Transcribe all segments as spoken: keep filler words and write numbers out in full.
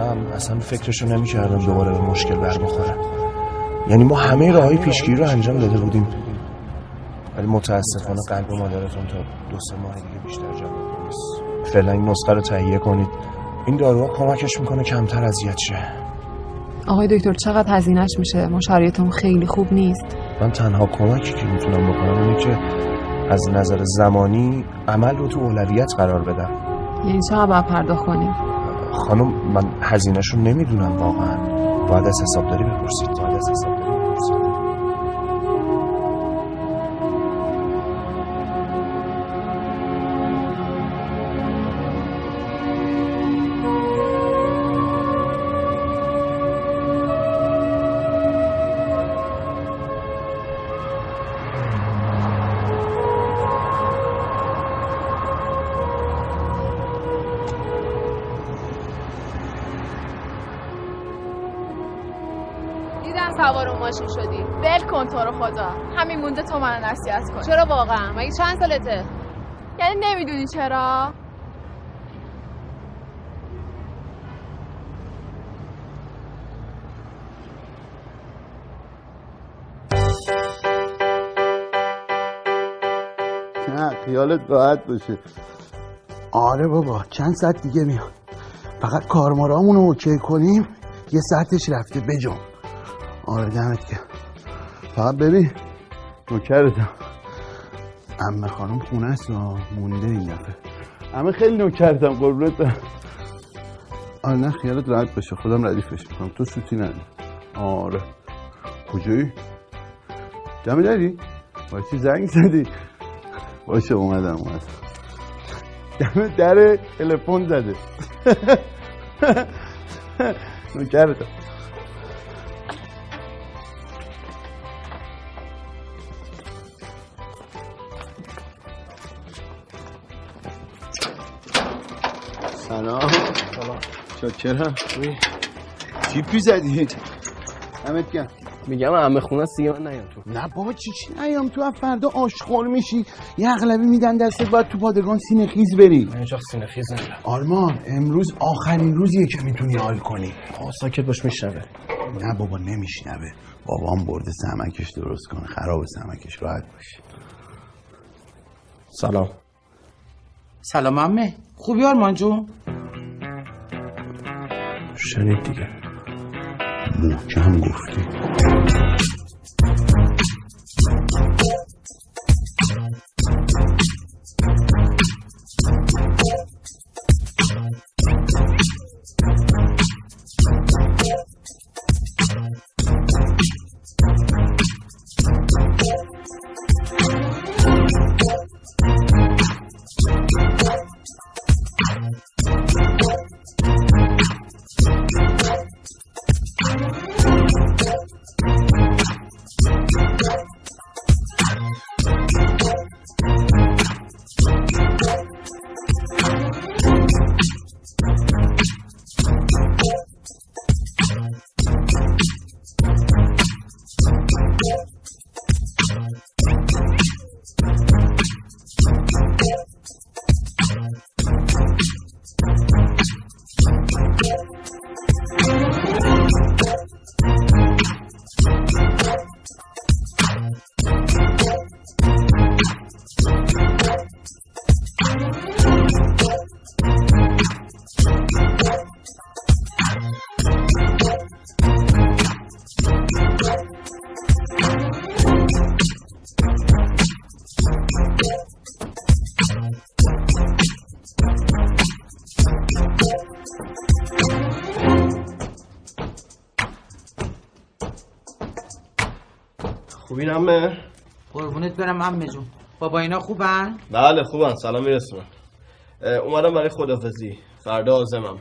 بودم اصلا فکرشو نمی‌کردم دوباره به مشکل بر بخورم. یعنی ما همه راههای پیشگیری رو انجام داده بودیم، ولی متاسفانه قلب مادرتون تا دو سه ماه دیگه بیشتر جواب نیست. فعلا این نسخه رو تهیه کنید، این داروها کمکش میکنه کمتر اذیت شه. آقای دکتر چقدر هزینه‌اش میشه؟ ما شرایطمون خیلی خوب نیست. من تنها کمکی که میتونم بکنم اینه که از نظر زمانی عمل رو تو اولویت قرار بدم. یعنی چقدر باید پرداخت کنیم؟ خانم من هزینه‌ش رو نمیدونم واقعا، باید از حسابداری بپرسید. باید از حسابداری بپرسید. سوار اون ماشین شدی. ول کن تو رو خدا. همین مونده تو منو نصیحت کن. چرا واقعا؟ مگه چند سالته؟ یعنی نمیدونی چرا؟ نه خیالت راحت باشه. آره بابا چند ساعت دیگه میاد. فقط کارمارامون رو اوکی کنیم یه ساعتش رفته بجام. آره دمت گرم. فقط ببین نوکرتم عمه خانم خونه است مونده این دفعه. عمه خیلی نوکرتم قربونت. آره نه خیالت راحت باشه، خودم ردیفش میکنم، تو سوتی نداری. آره کجایی؟ دم داری؟ باشی زنگ زدی؟ باشه اومدم اومدم دم در تلفن زده. نوکرتم. سلام. سلام. شاکرم. تیپی زدی؟ دمت گرم. میگم عمه خونه است دیگه، من نیام تو. نه بابا چی چی نیام تو، فردا آشغال میشی. یه اغلبی میدن دستت باید تو پادگان سینه خیز بری. من هیچ وقت سینه خیز نمیرم. آرمان امروز آخرین روزیه که میتونی حال کنی. آه ساکت باش میشنوه. نه بابا نمیشنوه. بابام برده سمکش درست کنه، خراب سمکش، راحت باش. سلام. سلام عمه. خوبی آرمان جون؟ شنید دیگه. محکم گفتی. خوبی عمه؟ قربونت برم عمه جون. بابا اینا خوبن؟ بله خوبن، سلام میرسونم. اومدم برای خداحافظی، فردا عازمم.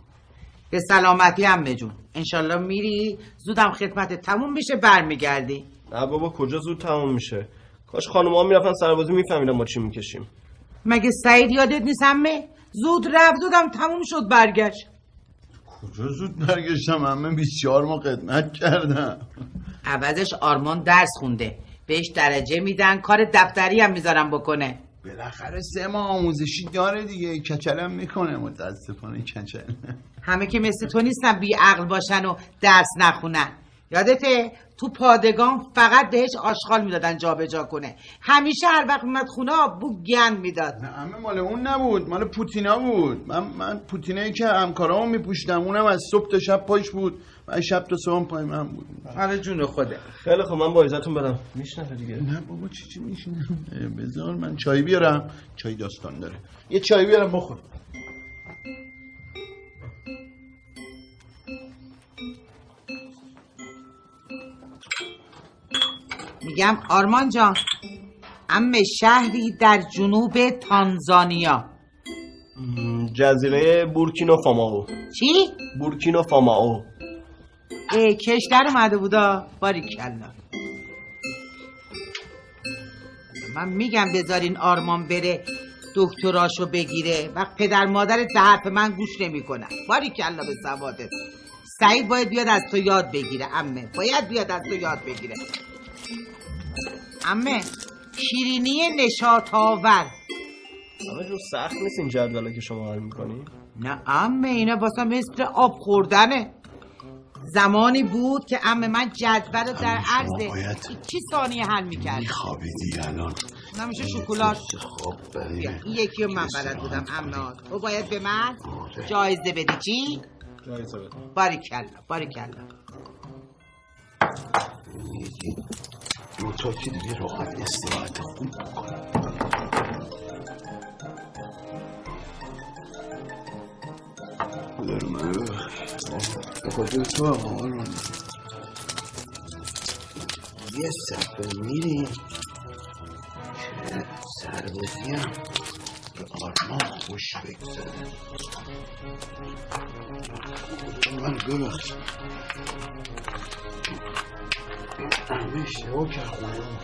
به سلامتی عمه جون. انشالله میری زودم خدمتت تموم بشه برمیگردی. نه بابا کجا زود تموم میشه؟ کاش خانوما میرفتن سربازی میفهمیدن ما چی میکشیم. مگه سعید یادت نیست عمه؟ زود رفت زودم تموم شد برگشت. کجا زود برگشتم عمه؟ بیست و چهار ماه خدمت کردم. عوضش آرمان درس خونده، بهش درجه میدن، کار دفتری هم میذارم بکنه. بالاخره سه ماه آموزشی داره دیگه، کچلم میکنه متاسفانه کچل. همه که مثل تو نیستن بی عقل باشن و درس نخونن. یادته تو پادگان فقط بهش آشغال میدادن جا به جا کنه، همیشه هر وقت میمد خونه بو گند میداد. نه همه مال اون نبود، مال پوتینا بود. من من پوتینایی که همکارامو میپوشیدم، اونم از صبح تا شب پاش بود، من شب تا صبح پای من بود. حالا جون خوده. خیلی خب من با اجازهتون برم. میشنه دیگه. نه بابا چی چی میشینه؟ بذار من چای بیارم، چای داستان داره. یه چای بیارم بخور. میگم آرمان جان، عمه شهری در جنوب تانزانیا، جزیره بورکینو فامائو. چی؟ بورکینو فامائو. ای کش در اومده بودا. باریکلا. من میگم بذارین آرمان بره دکتراشو بگیره، وقت پدر مادر به حرف من گوش نمیکنن. باریکلا به سوادت. سعید باید بیاد از تو یاد بگیره عمه، باید بیاد از تو یاد بگیره عمه. شیرینی نشاط آور. همه جو سخت نیست این جدوله که شما حل میکنی؟ نه عمه، اینا واسه مثل آب خوردنه. زمانی بود که عمه من جدول رو در عرض چی ثانیه حل میکرد. میخوابیدی الان نمیشه شکلات. خب این یکی رو من بلد بودم عمه، تو باید به من جایزه بدی. چی؟ جایزه بده. باریکلا باریکلا. دو تا که دیگه راحت استراحت خوب بکنم. بودارو منو بخاطر تو هم آرون یه صفحه میریم که سربازی هم به آرمان خوش بگذاره. من ببخش همه اشتباه کرد خودم.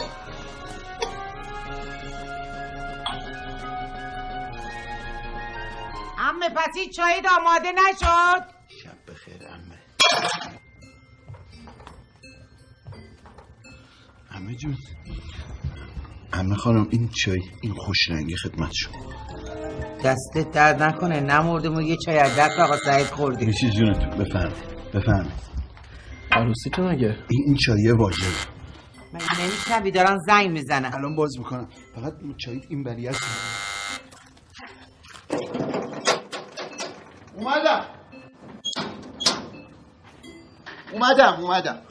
عمه پس این چایید آماده نشد؟ شب بخیر عمه. عمه جون، عمه خانم این چای این خوش رنگی خدمت شما. دستت درد نکنه، نمردیم و یه چای از دست آقا سعید خوردیم. میشه جونتون بفهم بفهم. عروسی تو مگه؟ این این چایه واجبه. من نمیشنوی دارن زنگ میزنن. الان باز میکنم، فقط چایید این بریت. اومدم اومدم اومدم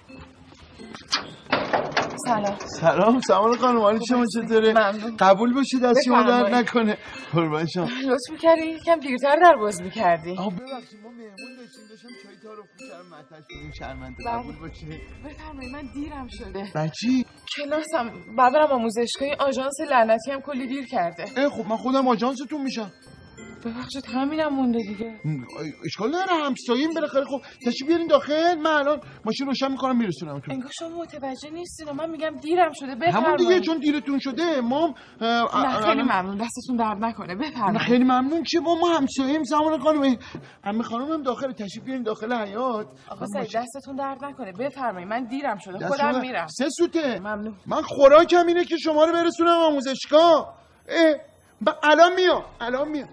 سلام. سلام سلام خانم، حال شما چطوره؟ ممنون. قبول باشید دست شما درد نکنه. قربان شما. لطف می‌کردی یکم دیرتر در باز می‌کردی. آ ببخشید ما مهمون داشتیم، داشتم چای تعارف می‌کردم، متأسفم شدیم، شرمنده. قبول باشید. بفرمایید. من دیرم شده. بچی کلاسم بعدم آموزشگاه آژانس لعنتی هم کلی دیر کرده. اه خب من خودم آژانستون میشم. ببخشید همینم مونده دیگه. اشکال نداره، همسایه‌ایم بالاخره. خب تشریف بیارین داخل، من الان ماشین روشن میکنم میرسونمتون. انگار شما متوجه نیستین، من میگم دیرم شده. بفرمایید. همون دیگه چون دیرتون شده ما. نه خیلی ممنون، دستتون درد نکنه. بفرمایید. خیلی ممنون که با ما همسایه‌ایم. زمان خانم عمه خانم هم داخل، تشریف بیارین داخل حیاط. آقا سعید دستتون درد نکنه. بفرمایید. من دیرم شده، خودم میرم. سه سوته. ممنون. من خوراکم اینه که شما رو برسونم آموزشگاه. اه با الان میام الان میام.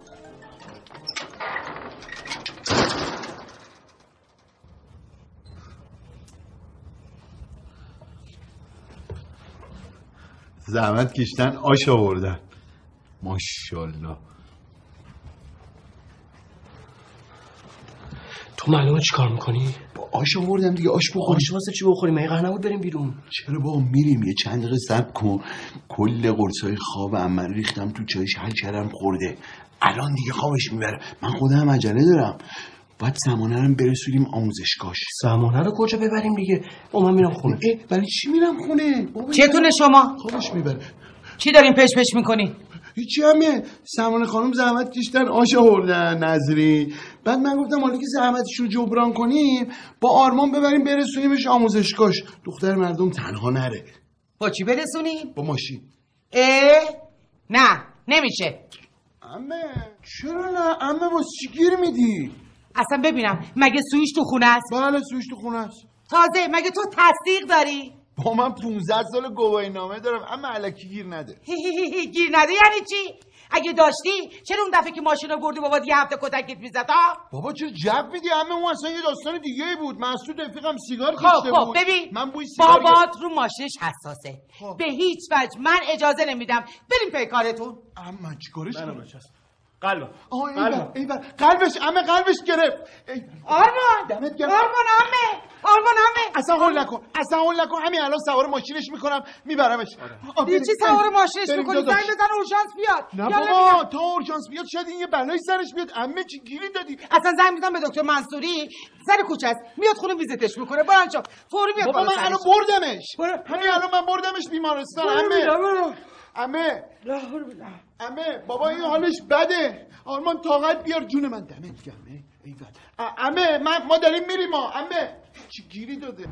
زحمت کشتن، آش آوردن. ماشاءالله. تو معلومه چی کار میکنی؟ با آش آوردم دیگه، آش بخوریم. آش واسه چی بخوریم؟ مگه قرار نبود بریم بیرون؟ چرا با میریم یه چند دقیقه صبر کن. کل قرصای خواب عمه ریختم تو چایش، حل کردم خورده. الان دیگه خوابش میبره. من خودم عجله دارم. باید سمانه رو برسونیم آموزشگاهش. سمانه رو کجا ببریم دیگه؟ او من میرم خونه. ولی چی میرم خونه؟ چتونه شما؟ خوابش میبره. چی دارین پش پش میکنی؟ هیچی همه. سمانه خانم زحمت کشتن، آش آوردن نظری. بعد من گفتم حالا که زحمتشون جبران کنیم با آرمان ببریم برسونیمش آموزشگاهش. دختر مردم تنها نره. با چی برسونیم؟ با ماشین. اه نه نمیشه. عمه چرا نه؟ عمه واسه چی گیر میدی؟ اصلا ببینم مگه سویش تو خونه است؟ بله سویش تو خونه است. تازه مگه تو تصدیق داری؟ با من پونزده سال گواهی نامه دارم، اما الکی گیر نده. گیر نده یعنی چی؟ اگه داشتی چرا اون دفعه که ماشین رو بردی بابا یه هفته کتکت میزد ها؟ بابا چرا جو میدی؟ همه اون اصلا یه داستان دیگه ای بود. مسعود رفیقم سیگار خب کشیده خب بود. ببین من بوی سیگار بابات رو ماشینش حساسه. خب. به هیچ وجه من اجازه نمیدم. بریم پی کارتون. اما چیکارش کنم؟ قلب آه ایول ایول قلبش عمه قلبش گرفت. آرمان دمت گرم. آرمان عمه آرمان عمه اصلا هول نکن اصلا هول نکن همین الان سوار ماشینش میکنم میبرمش. یه چی سوار ماشینش میکنی؟ زنگ بزن اورژانس بیاد. نه بابا تا اورژانس بیاد شاید این یه بلایی سرش بیاد. عمه چی گیری دادی؟ اصلا زنگ میزنم به دکتر منصوری سر کوچه است میاد خونه ویزیتش میکنه. برو انجام فوری میاد. بابا من الان بردمش. برو. همین الان من بردمش بیمارستان. عمه برو عمه عمه بابا این حالش بده. آرمان طاقت بیار جون من. دمت گرم. ایول عمه من ما داریم میریم ما. عمه چی گیری داده؟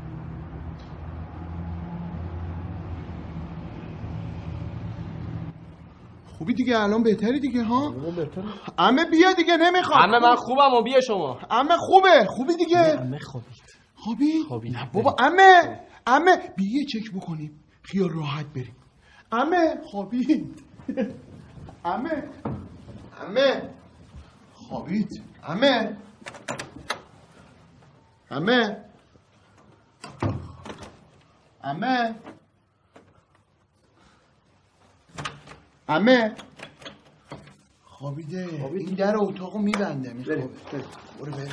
خوبی دیگه الان بهتری دیگه ها؟ عمه بیا دیگه نمیخوام. عمه من خوبم و بیا شما. عمه خوبه خوبی دیگه. عمه خوبید. خوبی؟ خوبی. نه بابا عمه عمه بیا چک بکنیم خیال راحت بریم. عمه خوابید. عمه عمه خوابید. عمه عمه عمه عمه خوابیده. این در اتاقو میبنده میخوابه. برو بریم.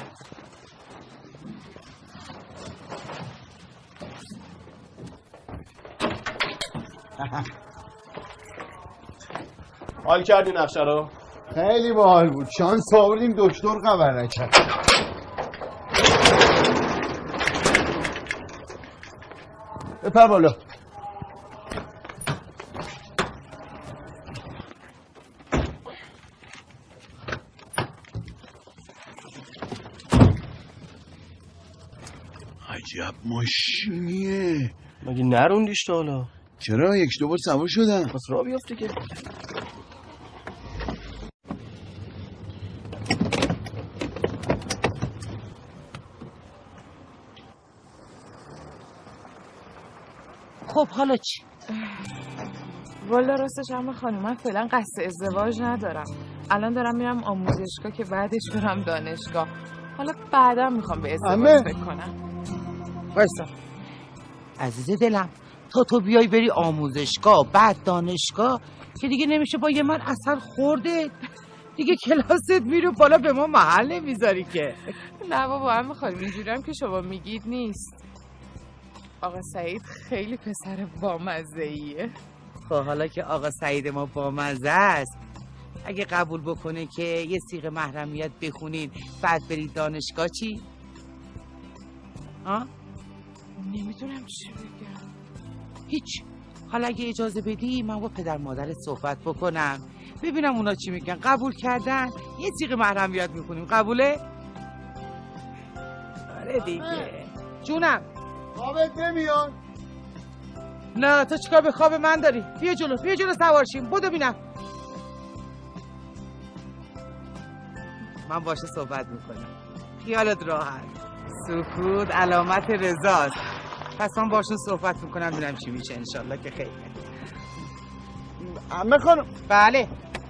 حال کردی نقشه رو؟ خیلی باحال بود. شانس آوردیم دکتر خبر نکرد. بپر بالا. عجب ماشینیه. مگه نروندیش تا حالا؟ چرا یک دو بار سوار شدم. پس راه بیافتی که. خب حالا چی؟ والا راستش هم خانم من فعلا قصد ازدواج ندارم. الان دارم میرم آموزشگاه که بعدش برم دانشگاه. حالا بعدا میخوام به ازدواج فکر کنم. وایسا عزیز دلم تا تو بیای بری آموزشگاه بعد دانشگاه که دیگه نمیشه با یه من اصلا خورده دیگه کلاست میرو بالا به ما محل نمیذاری که. نه بابا هم خانم اینجوری هم که شما میگید نیست. آقا سعید خیلی پسر بامزه ایه. خب حالا که آقا سعید ما بامزه است اگه قبول بکنه که یه صیغه محرمیت بخونین بعد برید دانشگاه چی؟ ها؟ نمیدونم چی بگم. هیچ. حالا اگه اجازه بدی من با پدر مادرت صحبت بکنم ببینم اونا چی میگن. قبول کردن یه صیغه محرمیت میخونیم. قبوله؟ آره دیگه. جونم خوابت نمیاد؟ نه تو چیکار به خواب من داری؟ بیا جلو بیا جلو سوار شیم. بدو ببینم. من باشه صحبت میکنم. خیالت راحت. سکوت علامت رضاست. پس من باشون صحبت میکنم ببینم چی میشه. انشالله که خیلی. عمه خانم. بله.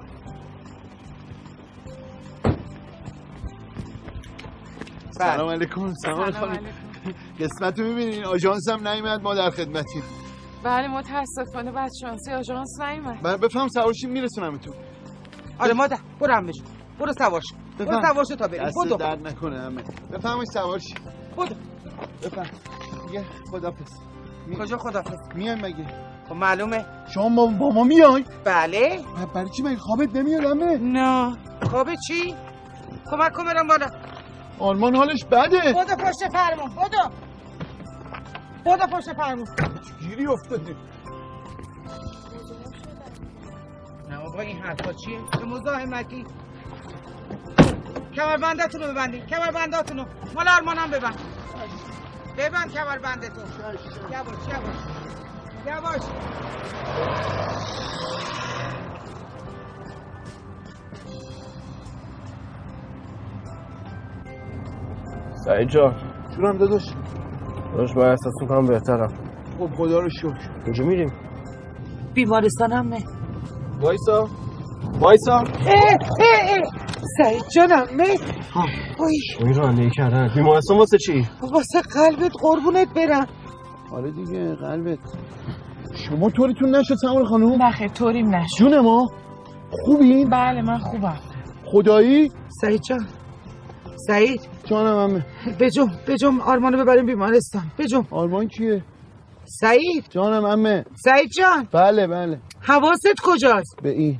سلام علیکم. سلام خانم. قسمت رو میبینین آژانس هم نیومد ما در خدمتیم. بله متاسفانه بعد شانسی آژانس نیومد. من بفهم سوارشیم میرسونمتون. آره مادر برو هم بشون. برو سوارش. برو سوارش تا بریم. بدو. درد نکنه همه. بفهمش سوارش. بدو. بفهم. دیگه خدافظ. می... کجا خدافظ؟ میایم مگه؟ خب معلومه. شما با ما میای؟ بله. برای چی مگه خوابت نمیاد همه؟ نه. خوابه چی؟ کمک کن برم بالا. آرمان حالش بده. بدو پشت فرمون. بدو. بدو پشت فرمون. گیری افتادی. نه بابا این حرفا چیه؟ چه مزاحمتی؟ کمربندتون رو ببندین. کمربنداتون رو مال آرمانم ببند. ببند کمربندتون. یواش یواش یواش. سعید جان جونم داداش. داداش من احساس میکنم بهترم. خب خدا رو شکر. کجا میریم؟ بیمارستان همه. وایسا وایسا. سعید جانم می وای این رانندگی کردن بیمارستان واسه چی؟ واسه قلبت قربونت برم. آره دیگه قلبت. شما طوریتون نشد سمون خانم؟ نخیر طوریم نشد. جون ما خوبین؟ بله من خوبم. خدایی؟ سعید جان سعید جانم همه. بجم بجم آرمانو ببریم بیمارستان. بجم. آرمان کیه؟ سعید جانم همه. سعید جان. بله بله. حواست کجاست؟ به این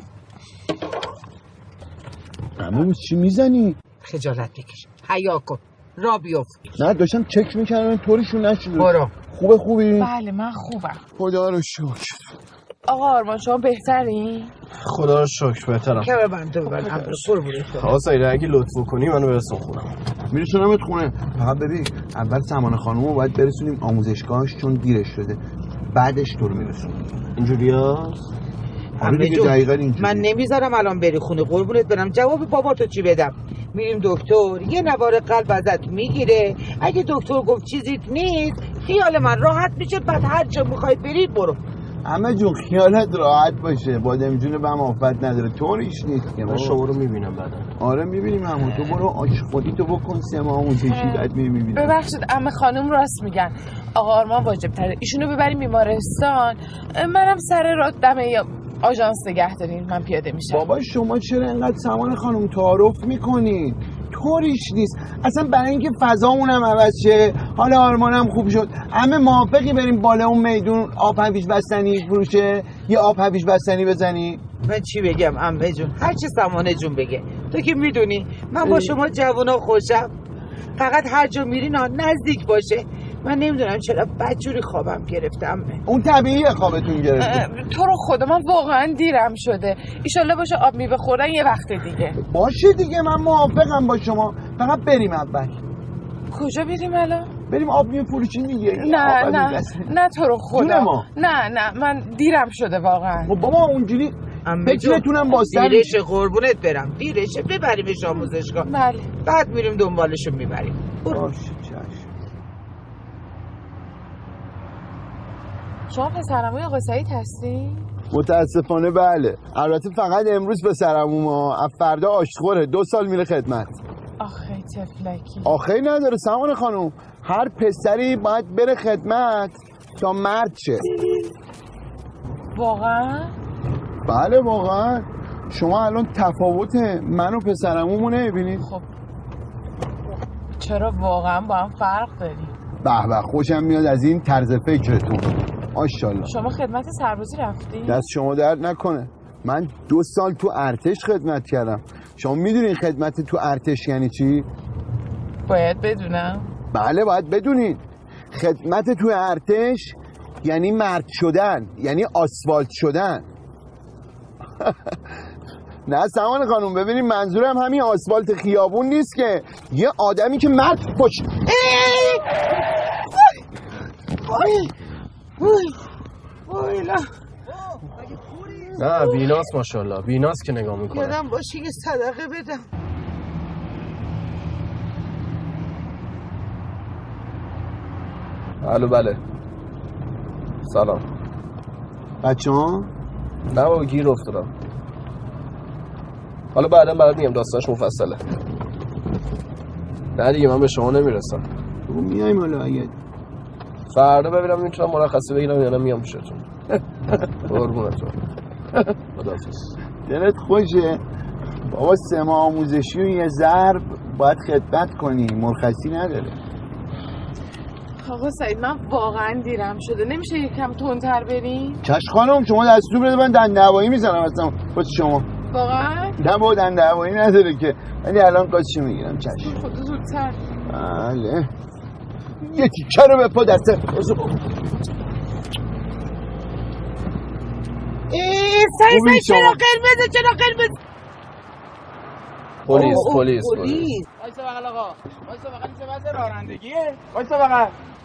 همه چی میزنی؟ خجالت بکش. حیا کن. را بیفت. نه داشتم چک میکردم طوریشون نشد. برو. خوبه خوبی؟ بله من خوبم. خدا رو شکر. آقا آرمان شما بهترین؟ خدا رو شکر بهترم. که ببنده ببند امرو قربونت. آقا سعید اگه لطف کنی منو برسون خونم. میرسونمت خونه. فقط ببین اول سمانه خانومو باید برسونیم آموزشگاهش چون دیرش شده. بعدش تو رو میرسونیم. اینجوریاست؟ آره دیگه دقیقاً اینجوری. من نمیذارم الان بری خونه قربونت برم. جواب باباتو چی بدم؟ میریم دکتر یه نوار قلب ازت میگیره. اگه دکتر گفت چیزیت نیست خیال من راحت میشه. بعد هر جا میخوای بری برو. همه جون خیالت راحت باشه. بادم جون به هم آفت نداره. طوریش نیست که من شما رو میبینم بعدا. آره میبینیم همون. تو برو آش خودی تو بکن سما آموزشی بعد میبینیم. ببخشید عمه خانم راست میگن. آقا آرمان واجب تره ایشونو ببریم بیمارستان. منم سر راه دم یا آژانس نگه دارین من پیاده میشم. بابا شما چرا اینقدر سمان خانم تعارف میکنید؟ طوریش نیست. اصلا برای اینکه فضامونم عوض شه حالا آرمانم خوب شد همه موافقی بریم بالا اون میدون آب هویج بستنی فروشه یه آب هویج بستنی بزنی؟ من چی بگم عمه جون؟ هر چی سمانه جون بگه. تو که میدونی من با شما جوونا خوشم. فقط هر جا میرین نزدیک باشه. من نمیدونم چرا بدجوری خوابم گرفتم. اون طبیعیه خوابتون گرفته. تو رو خدا من واقعا دیرم شده. ایشالله باشه آب میوه خوردن یه وقت دیگه. باشه دیگه من موافقم با شما. فقط بریم اول. کجا بریم الان؟ بریم آب میوه فروشی دیگه. نه نه نه تو رو خدا. نه نه من دیرم شده واقعا. خب بابا اونجوری فکرتونم بازتر دیرشه قربونت برم. دیرشه ببریمش آموزشگاه. بله. بعد میریم دنبالشو میبریم. باشه چشم. شما پسرعموی آقا سعید هستی؟ متاسفانه بله. البته فقط امروز پسرعموم ها. از فردا آشتخوره. دو سال میره خدمت. آخه تفلکی. آخه نداره سمانه خانم. هر پسری باید بره خدمت تا مرد شه. واقعا؟ بله واقعا. شما الان تفاوت من و پسرعمومو نمیبینید؟ خب چرا واقعا با هم فرق داریم؟ به به خوشم میاد از این طرز فکرتون. ماشاءالله. شما خدمت سربازی رفتی؟ دست شما درد نکنه. من دو سال تو ارتش خدمت کردم. شما میدونین خدمت تو ارتش یعنی چی؟ باید بدونم. بله باید بدونین. خدمت تو ارتش یعنی مرد شدن، یعنی آسفالت شدن. نه سمان خانوم ببینیم منظورم همین آسفالت خیابون نیست که یه آدمی که مرد باشه. وای وای وای نه بیناس ماشاءالله بیناس که نگاه میکنه. یادم باشه یه صدقه بدم. الو بله سلام بچه ها؟ نه بابا گیر افتادم. حالا بعدا برات میگم داستانش مفصله. نه دیگه من به شما نمیرسم. تو میایم حالا اگه فردا ببینم میتونم مرخصی بگیرم یا نه میام پیشتون. قربونتون. خداحافظ. دلت خوشه بابا سما آموزشی و یه ضرب باید خدمت کنی مرخصی نداره. آقا سعید من واقعا دیرم شده نمیشه یکم تندتر بریم؟ چش خانم شما دستور بده من دنده هوایی میزنم اصلا خود شما. واقعا؟ نه با دنده هوایی نداره که. ولی الان قاچی میگیرم چش. خود زودتر. بله یه تیکه رو به پا دسته. ای سعید سعید چرا قرمزه چرا قرمز؟ پلیس پلیس پلیس. وایسا بغل آقا وایسا بغل چه وضع رانندگیه؟ وایسا بغل.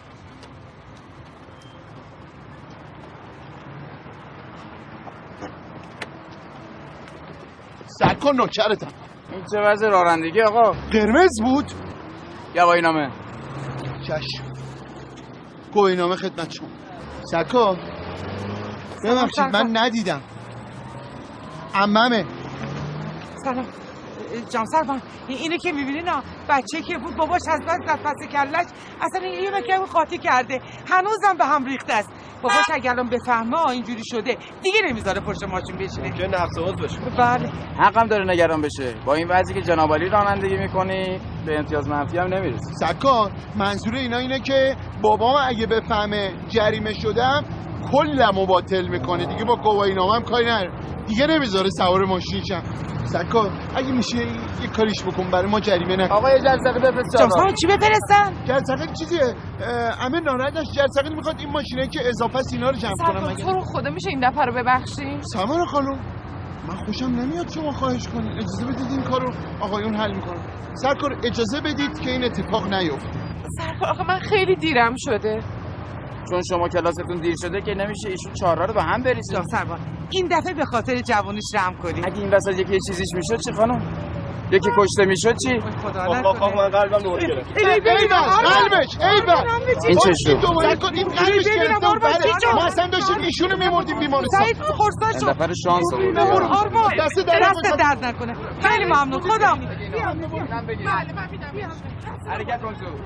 سر کن نوکرتم. این چه وضع رانندگی آقا؟ قرمز بود؟ گواهی نامه. چشم گواهینامه خدمت شما. سکا ببخشید من ندیدم. عممه. سلام جان سربان، اینو که میبینی نه بچه که بود باباش از بس زد پس کلش اصلا اینو که خاطی کرده هنوزم به هم ریخته است. باباش اگه الان بفهمه اینجوری شده دیگه نمیذاره پشت ماشین بشینه. که نقص عضو بشه. بله حقم داره نگران بشه. با این وضعی که جناب علی رانندگی میکنی به امتیاز منفی هم نمیرسی. سکان منظور اینا اینه که بابام اگه بفهمه جریمه شدم کلمو باطل میکنه دیگه، با گواهینامه‌ام کاری نداره دیگه، نمیذاره سوار ماشین شم. سکا اگه میشه یه کاریش بکن برای ما جریمه نکن. آقا یه جرثقیل بفرست. جان چی بفرستن؟ جرثقیل چیزیه؟ همه ناراحتش جرثقیل میخواد این ماشینه که اضافه است اینا رو جمع کنم. تو رو خدا میشه این دفعه رو ببخشیم؟ سمر خانم من خوشم نمیاد شما خواهش کنید، اجازه بدید این کارو آقایون حل میکنن. سرکار اجازه بدید که این اتفاق نیفته. سرکار آخه من خیلی دیرم شده. چون شما کلاستون دیر شده که نمیشه ایشون چهار رو به هم بریزید. جان سربان این دفعه به خاطر جوونیش رحم کنی. اگه این وسط یکی چیزیش میشد چی خانم؟ یکی کشته میشد چی؟ آقا آقا من قلبم دوباره گرفت. ای قلبش ای بابا این چه شد؟ دوباره کن این قلبش گرفته بود. ما اصلا داشتیم ایشونو میمردیم بیمارستان. سعید خرسا شد. دفعه شانس آورد. آرمان دست دست درد نکنه. خیلی ممنون خدا. حرکت کن تو.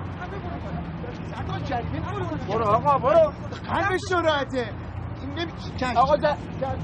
برو آقا برو. قلبش سرعته. آقا جا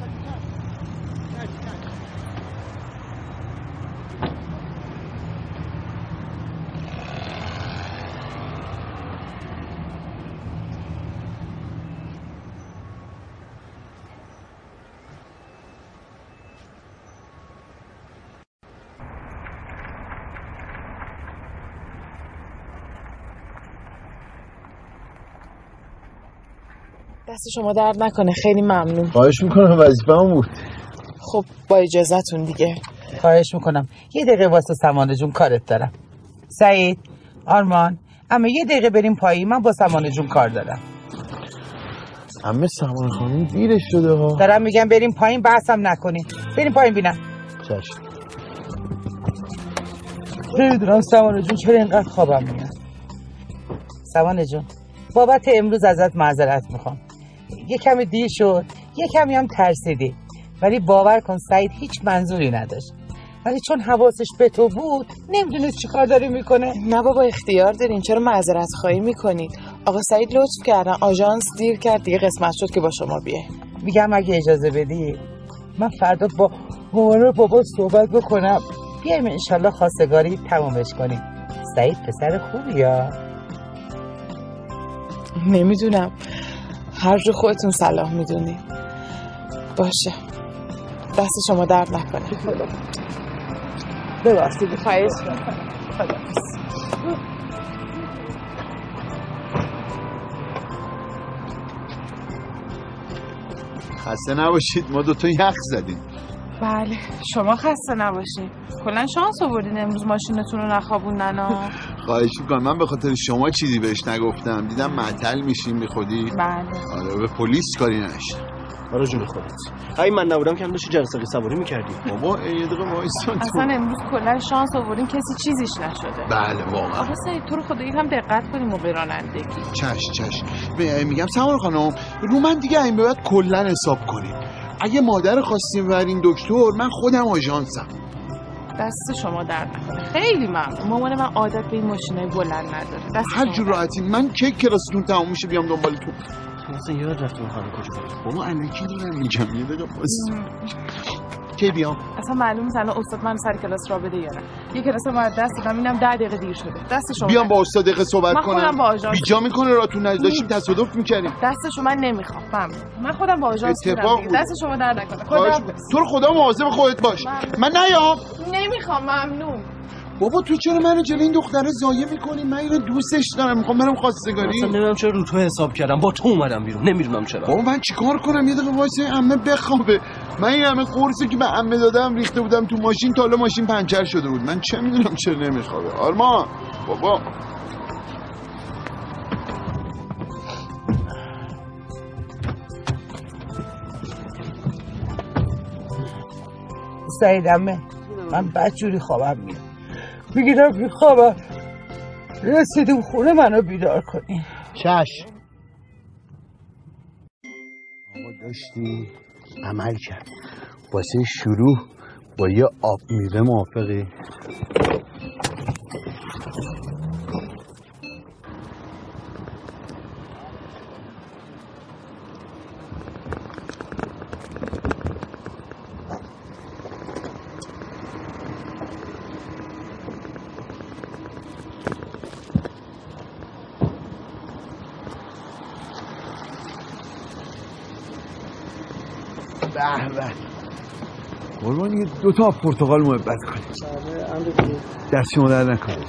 دست شما درد نکنه، خیلی ممنون. خواهش میکنم وظیفه‌ام بود. خب با اجازهتون دیگه. خواهش میکنم یه دقیقه واسه سمانه جون کارت دارم. سعید آرمان اما یه دقیقه بریم پایین، من با سمانه جون کار دارم. عمه سمانه خانم دیرش شده ها. دارم میگم بریم پایین بحثم نکنین. بریم پایین بینم. چشم. نمیدونم سمانه جون چرا اینقدر خوابم میاد. سمانه جون بابت امروز ازت معذرت میخوام. یه کمی دیر شد، یه کمی هم ترسیدی، ولی باور کن سعید هیچ منظوری نداشت، ولی چون حواسش به تو بود نمیدونست چی کار داری میکنه. نه بابا اختیار دارین، چرا معذرت خواهی میکنید؟ آقا سعید لطف کردن، آژانس دیر کرد دیگه، قسمت شد که با شما بیه. میگم اگه اجازه بدی من فردا با مامان بابا صحبت بکنم، بیایم انشالله خواستگاری تمامش کنیم. سعید پسر خوبیه. نمیدونم، هر جو خودتون صلاح میدونی. باشه دست شما درد نکنه. ببخشید خواهش خسته نباشید، ما دوتا یخ زدیم. بله شما خسته نباشید. کلا شانس آوردین امروز ماشینتون رو نخوابوندن. خواهش میکنم، من به خاطر شما چیزی بهش نگفتم، دیدم معطل میشیم بی خودی. بله آره به پلیس کاری نشه. آره جون خودت. اگه من نبودم که هم داشتی جرثقیل سواری میکردی. بابا یه دقیقه وایسا. اصلا امروز کلا شانس آوردین کسی چیزیش نشده. بله واقعا. آقا سعید تو رو خدا یکم دقت کنیم موقع رانندگی. چش چش میگم سمر خانم رو من دیگه این باید کلا حساب کنیم. اگه مادر خواستیم برین دکتر من خودم آژانسم. دست شما درد نکنه، خیلی ممنون. مامان من عادت به این ماشینای بلند نداره. دست هر جور راحتی. من کی کلاستون تموم میشه بیام دنبالتون. اصلا یاد رفتم خانم کجا بریم. بابا الکی دارم میگم یه دقیقه واسه کی بیام. اصلا معلوم نیست الان استاد من سر کلاس را بده یا نه. یه کلاس ما دست دادم اینم ده دقیقه دیر شده. دست شما بیام با استاد دقیقه صحبت کنم. من خودم با آژانس بیجا میکنه راتون نداشتیم تصادف میکردیم. دست شما من نمیخوام. فهم. من خودم با آژانس اتفاق دست شما درد نکنه. خدا تو رو خدا مواظب خودت باش. من نیام. نمیخوام. ممنون. بابا تو چرا منو جلوی این دختره ضایع میکنی؟ من اینو دوستش دارم، میخوام برم خواستگاری. اصلا نمیدونم چرا رو تو حساب کردم، با تو اومدم بیرون، نمیدونم چرا. بابا من چیکار کنم؟ یه دقیقه وایسه عمه بخوابه. من این همه قرصی که به عمه دادم ریخته بودم تو ماشین، تا حالا ماشین پنچر شده بود. من چه میدونم چرا نمیخوابه. آرمان بابا سعید عمه من بدجوری خوابم میاد، میگیرم میخوابم. رسیدیم خونه منو بیدار کنی. چشم داشتی عمل کرد. واسه شروع با یه آب میوه موافقی؟ به به قربان، یه دو تا پرتقال محبت کنید. دست شما در نکنید.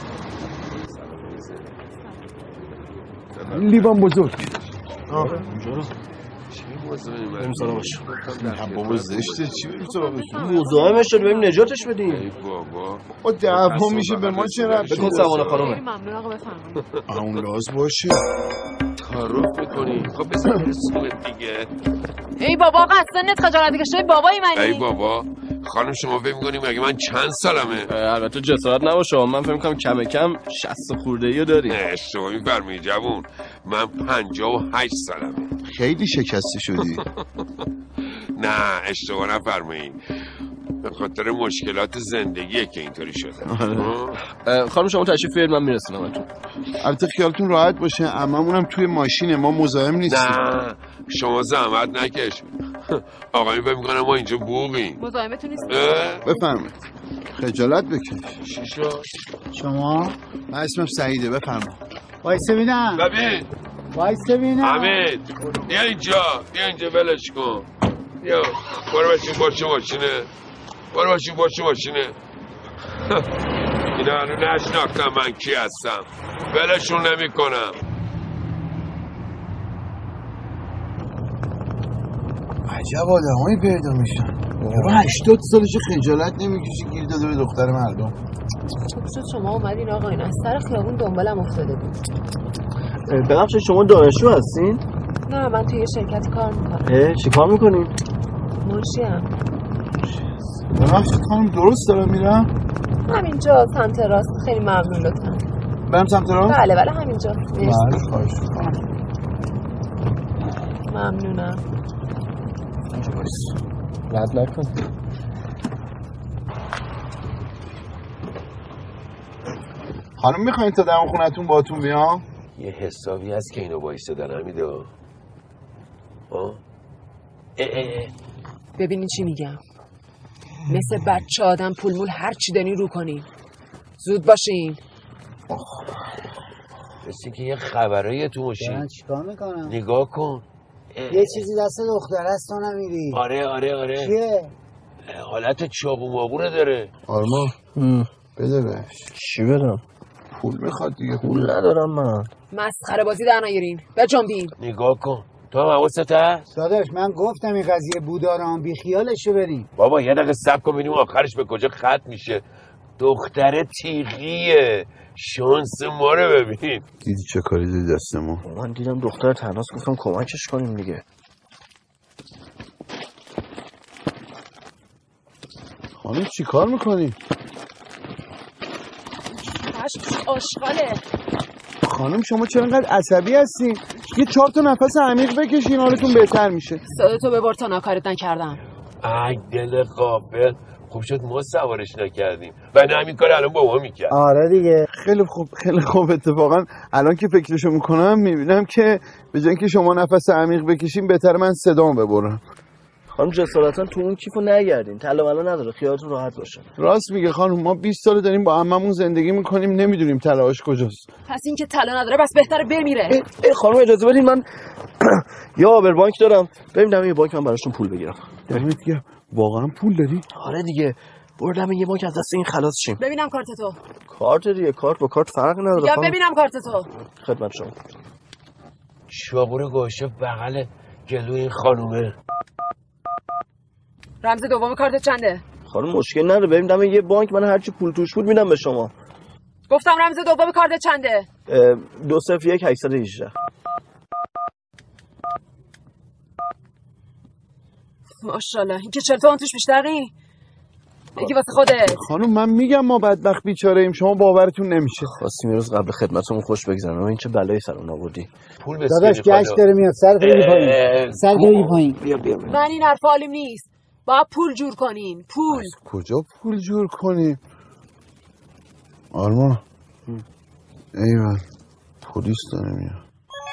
لیوان بزرگ. آه اینجا رو بریم سراغش. بابا زشته، چی بریم سراغش؟ مزاحمش شد، بریم نجاتش بدیم. ای بابا او دعوا میشه، به ما چه ربطی؟ بکن سوانه خانومه. ممنون آقا بفرمایید. اون لاز باشه تعارف میکنی. خب بزن برسونت دیگه. ای بابا قصدنت خجالت بکشه بابای منی. ای بابا خانم شما فکر می‌کنی مگه من چند سالمه؟ البته جسارت نباشه، من فکر می‌کنم کم کم شصت خورده‌ایو داری. اشتباه می‌فرمایی جوون، من پنجاه و هشت سالمه. خیلی شکسته شدی. نه اشتباه نفرمایی، به خاطر مشکلات زندگیه که اینطوری شده. خانم شما تشریف بیارید من میرسونمتون. البته خیالتون راحت باشه، عممونم توی ماشینه، ما مزاحم نیستیم. نه شما زحمت نکش. آقایی فکر می‌کنه ما اینجا بوقیم. مزاحمتون نیست. بفرمایید. خجالت بکش. چی شد؟ شما؟ من اسمم سعیده، بفرما. وایسه بینم. ببین وایسه بینم. حمید بیا اینجا، بیا اینجا ولش کن. بیا برو بچین باشه ماشینه، برو بچین باشه ماشینه. اینا هنو نشناختم من کی هستم، ولشون نمی کنم. عجب آدمایی پیدا میشن. با هشتاد سالش خجالت نمیکشه گیر داده به دختر مردم. خوب شد شما اومدین آقا، این از سر خیابون دنبالم افتاده بود. ببخشید شما دانشجو هستین؟ نه من توی یه شرکت کار میکنم. اه چی کار میکنین؟ منشیم. ببخشید خانم درست دارم میرم؟ همینجا سمت راست. خیلی ممنون لطفا. برم سمت راست؟ بله بله همینجا. بله خواهش میکنم. ممنونم. اینجا بایست. رد نکن. خانم میخواین تا دم خونتون باتون بیام؟ یه حسابی هست که اینو بایسته دارم حمیده. آه ببینین چی میگم. مثل بچه آدم پول مول هر چی دنی رو کنین. زود باشین. مثل که یه خبرایی تو ماشین. من چیکار میکنم؟ نگاه کن. یه چیزی دست دختر است تو نمیری. آره آره آره. چیه؟ حالت چاقو مابونه داره. آرما بده بهش. چی بدم؟ پول میخواد دیگه. پول ندارم من. مسخره بازی در نیارین. بجنبین. نگاه کن. تو هم حواست هست؟ داداش من گفتم این قضیه بودارم بی خیالشو بریم. بابا یه دقیقه صبر کن ببینیم آخرش به کجا ختم میشه. دختر تیغیه، شانس ما رو ببین. دیدی چه کاری زدی دست ما؟ من دیدم دختر تناس، گفتم کمکش کنیم دیگه. خانم چی کار میکنی؟ عشق آشغاله. خانم شما چرا انقدر عصبی هستین؟ یه چهار تا نفس عمیق بکشین حالتون بهتر میشه. صداتو ببر تا ناکارت نکردم. ای دل غافل، خوب شد ما سوارش نکردیم و نه همین کار الان با ما میکرد. آره دیگه. خیلی خوب خیلی خوب. اتفاقا الان که فکرشو میکنم میبینم که به جای اینکه شما نفس عمیق بکشین بهتر من صدامو ببرم. خانم جسارتا تو اون کیفو نگردین، طلا ملا نداره، خیالتون راحت باشه. راست میگه خانم، ما بیست سال داریم با عممون زندگی میکنیم نمیدونیم طلاش کجاست. پس این که طلا نداره بس بهتره بمیره. ای, ای خانم اجازه بدین من یا آبر بانک دارم، بریم دم یه بانک من براشون پول بگیرم. داریم دیگه واقعا پول داری؟ آره دیگه، بردم یه بانک از دست این خلاص شیم. ببینم کارت تو. کارت دیگه، کارت با کارت فرق نداره. یا ببینم کارت تو. خدمت شما. شابور گوشه بغل جلوی این خانومه. رمز دوم کارت چنده؟ خانم مشکل نداره، بریم دم یه بانک، من هرچی پول توش بود میدم به شما. گفتم رمز دوم کارت چنده؟ دو صفر یک هشتصد و هجده. ماشاءالله این که چهل تومن توش بیشتر نی. بگی واسه خودت. خانم من میگم ما بدبخت بیچاره ایم، شما باورتون نمیشه. خواستیم یه روز قبل خدمتمون خوش بگذرونم، این چه بلایی سرمون آوردی. پول بس داداش گشت داره میاد، سر بگی پایین، سر بگی پایین. بیا بیا من این حرف حالیم نیست، باید پول جور کنین. پول کجا پول جور کنیم؟ آرمان ایول پلیس داره میاد.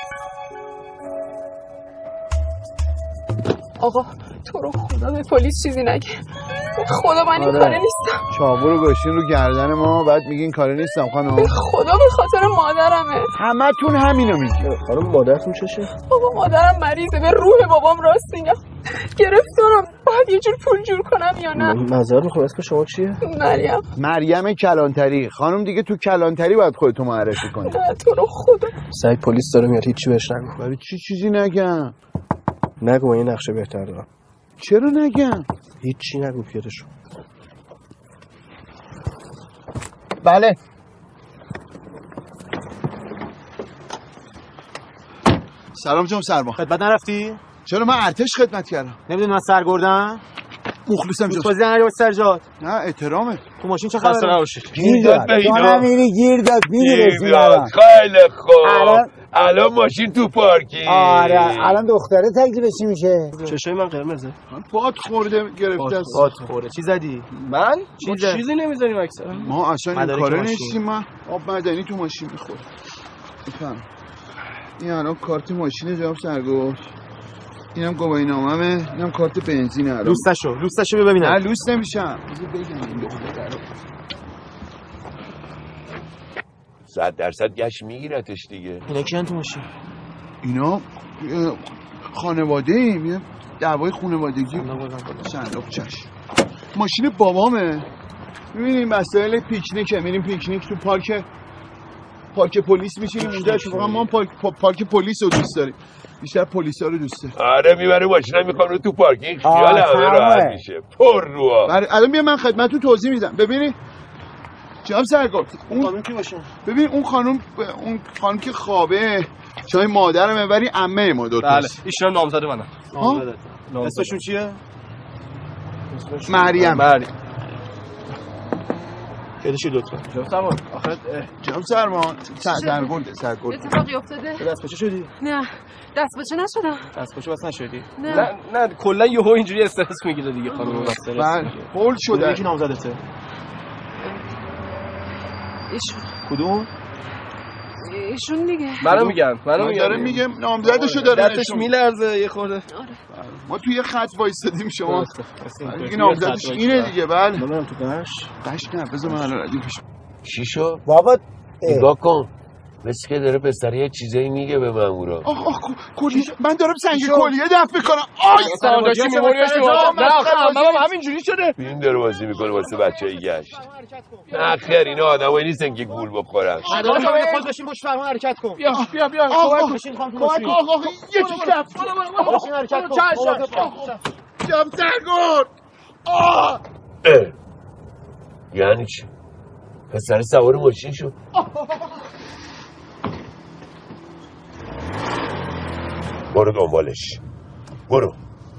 آقا تو رو خدا به پلیس چیزی نگه، خدا من این کاره نیستم. چاقو رو گاشین رو گردن ما بعد میگین کاره نیستم خانم. خدا به خاطر مادرمه. همتون همینو میگی. خانم مادرتون چشه؟ بابا مادرم مریضه، به روح بابام راست میگم. گرفتارم، باید یه جور پول جور کنم یا نه؟ معذرت میخوام، اسم شما چیه؟ مریم. مریم کلانتری. خانم دیگه تو کلانتری باید خودتو معرفی کنی. تو رو خدا. سعید پلیس داره میاد، هیچی بهش نگو. برای چی چیزی نگم؟ نگو، این نقشه بهتر دارم. چرا نگم؟ هیچی نگو، پیاده شو. بله. سلام جناب سرما. خدمت نرفتی؟ چرا من ارتش خدمت کردم. نمیدونی من سرگردم؟ مخلصم جناب. بازی نری سرجات. نه احترامت. تو ماشین چه خبره؟ نباشید. گیر داد به اینا. تو نمیری گیر داد میرسی الان. خیلی خوب. الان ماشین تو پارکینگ. آره الان دختره تکلیفش چی میشه؟ چشای من قرمزه. من باد خورده گرفته است. باد خورده. چی زدی؟ من؟ چیزی چیزی نمیزنیم اکثرا. ما اصلا این کارا نیستیم. ما آب معدنی تو ماشین میخوره. بفهم. این الان کارت ماشین جناب سرگرد. اینم گواهی نامه‌مه، اینم کارت بنزینه. الان لوستشو لوستشو ببینم. نه لوست نمیشم. بگم این دختره رو. صد درصد گشت میگیرتش دیگه. اینا کیان تو ماشین؟ اینا خانواده ایم، دعوای خانوادگی. صندوق چشم. ماشین بابامه. می‌بینیم مسائل پیکنیکه، میریم پیکنیک تو پارک پارک پلیس میشینیم اونجا. اتفاقا ما پارک پارک پلیس رو دوست داریم. بیشتر پلیسا رو دوست داریم. آره میبره ماشینا میخوام تو پارکینگ خیال همه راحت میشه. پر رو. برای الان بیا من خدمتتون توضیح میدم. ببینید جناب سرگرد اون خانم کی باشه؟ ببین اون خانم اون خانم که خوابه چای مادرمه ولی عمه ما دو تا. بله ایشون نامزد منه. نامزد. اسمشون چیه؟ مریم. مریم. خیلیشی لطفا. جناب سرمان آخه جناب سرمان سرگرد سرگرد اتفاقی افتاده؟ دست پاچه شدی؟ نه دست پاچه نشدم. دست پاچه بس نشدی؟ نه نه نه کلا یهو اینجوری استرس میگیره دیگه خانم استرس. بله هول شده. یکی نامزدته. ایشون. کدوم؟ ایشون دیگه. منو میگم منو میگم داره میگم نامزدشو داره. دستش میلرزه یه خورده. آره. ما توی یه خط وایسادیم شما. دیگه نامزدش اینه دیگه. بله. منم تو قش. قش نه بذار من الان ردیفش. چی شو؟ بابا نگاه کن. مثل که داره پسر یه چیزایی میگه به مامورا. آخ آخ کلیه من دارم سنگ کلیه دفع میکنم. آی سلام داشتی میمونی اسم نه آخه همه همینجوری شده. فیلم داره بازی میکنه واسه بچه‌ای گشت. نه خیر اینا آدمایی نیستن که گول بخورن. نداره شما خود بشین پشت فرمان حرکت کن. بیا بیا بیا کمک بشین خانم تو بشین. آخ آخ یکی دفع. بشین حرکت کن. جناب سرگرد. آه یعنی چی؟ پسر سوار ماشین شد. برو دنبالش برو.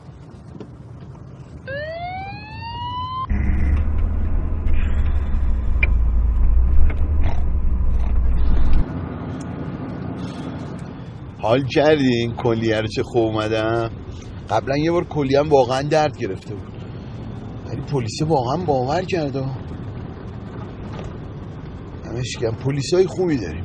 حال کردی این کلیه رو چه خوب اومدم؟ قبلا یه بار کلیه هم واقعا درد گرفته بود ولی پلیس واقعا باور کرده. همش گم پلیسای خوبی داریم.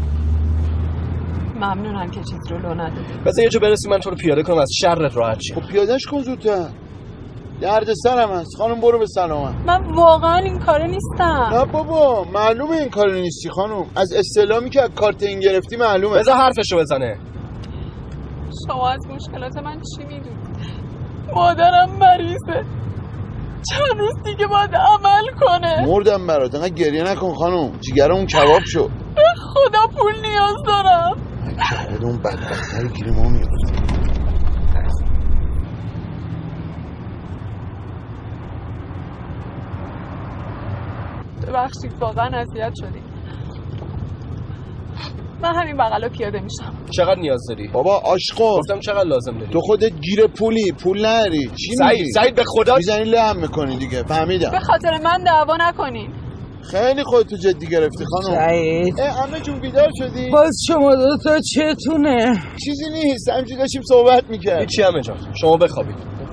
ممنونم که چیز رو لو ندادی. بذار یه جا برسیم من تو رو پیاده کنم از شرت راحت شی. خب پیادهش کن زودتر. درد سرم هست. خانم برو به سلامت. من واقعا این کاره نیستم. نه بابا معلومه این کاره نیستی خانم. از استعلامی که از کارت این گرفتی معلومه. بذار حرفشو بزنه. شما از مشکلات من چی میدونی؟ مادرم مریضه. چند روز دیگه باید عمل کنه. مردم برات. انقدر گریه نکن خانم. جیگرمون کباب شو. به خدا پول نیاز دارم. شاید اون بدبختر گیری ما میفته. ببخشید واقعا اذیت شدید. من همین بغلا پیاده میشم. چقدر نیاز داری؟ بابا عاشقو گفتم چقدر لازم داری؟ تو خودت گیر پولی پول نری چی سعید میگی؟ سعید به خدا میزنی لهم میکنی دیگه فهمیدم. به خاطر من دعوا نکنین. خیلی خودتو جدی گرفتی خانم. سعید عمه جون بیدار شدی؟ باز شما دو تا چتونه؟ چیزی نیست همینجوری داشتیم صحبت میکرد. هیچی عمه جان شما بخوابید.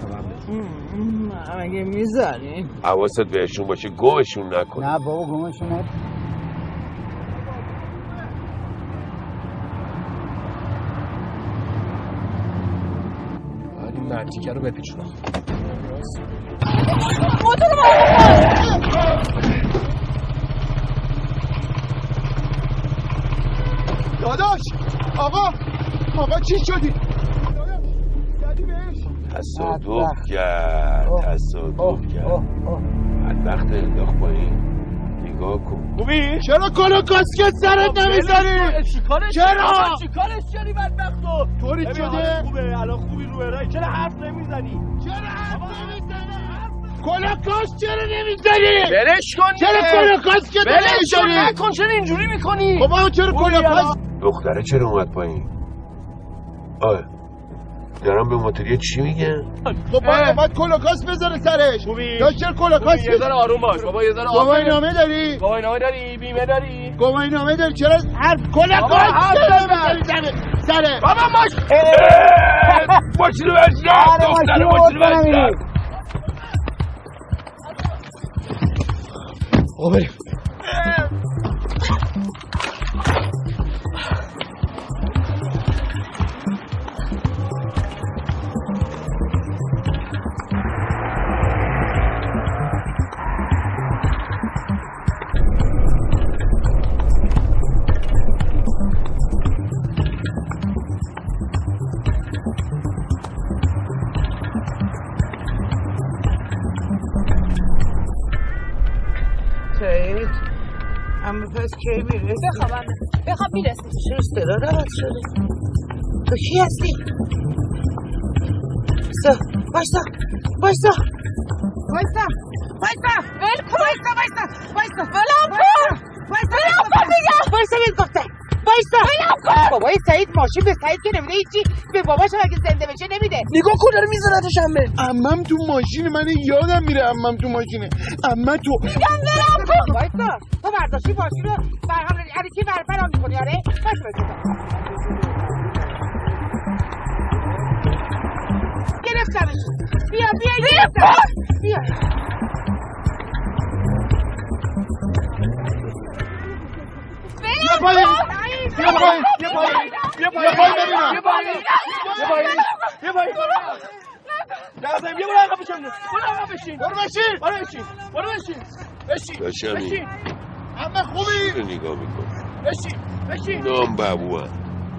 مگه میزنی؟ حواست بهشون باشه گمشون نکن. نه بابا گمشون نکن. این مرتیکه رو بپیچونم. موتور رو داداش آقا آقا چی شدی؟ تصادف کرد تصادف کرد بدبخت انداخت پایین. نگاه کن خوبی؟ چرا کلو کاسکت سرت نمیزنی؟ چرا؟ چیکارش کردی بدبختو؟ طوری شده؟ خوبه الان خوبی رو برای چرا حرف نمیزنی؟ چرا حرف نمیزنی؟ کلو کاس چرا نمیزنی؟ برش کن چرا کلو کاسکت نمیزنی؟ نکن چرا اینجوری میکنی؟ بابا چرا کلو کاس؟ دختره چرا اومد پایین؟ آه دارم به موتوریه چی میگن؟ خب باید باید کلوکاس بذاره سرش. خوبی؟ داشت چرا کلوکاس یه ذره آروم باش بابا یه ذره آروم. گواهی نامه داری؟ گواهی نامه داری؟ بیمه داری؟ گواهی نامه داری؟ چرا حرف کلوکاس چرا نمیزنی سره؟ بابا ماش ماشینو بزن دختره ماشینو بزن. آقا بریم. سعید اما پس کی میرسی؟ بخوابم بخواب میرسی. چرا صدا رد شده؟ تو کی هستی؟ بایستا بایستا بایستا بایستا بایستا ول کن. بایستا بایستا بایستا ولم کن. بایستا ولم کن میگم. بایستا بهت گفتم بایستا ولم کن. بابای سعید ماشین به سعید که نمیده هیچی به باباش اگه زنده بشه نمیده. نگاه کن داره میزنتش همه. عمم تو ماشین من یادم میره عمم تو ماشینه. عمه تو میگم ولم کن. بایستا تو برداشتی ماشین رو برهم یعنی چی برپرام میکنی آره؟ باش بایستا گرفتمش. بیا بیا گرفتمش. بیا بیا پایین بیا پایین بیا پایین بیا پایین ببینم بیا پایین بیا پایین بیا پایین نازم بیا برو عقب بشین برو عقب بشین برو بشین برو بشین برو بشین بشین داشمی بشین عمه خوبی؟ چی رو نگاه میکن؟ بشین بشین نام بابو هم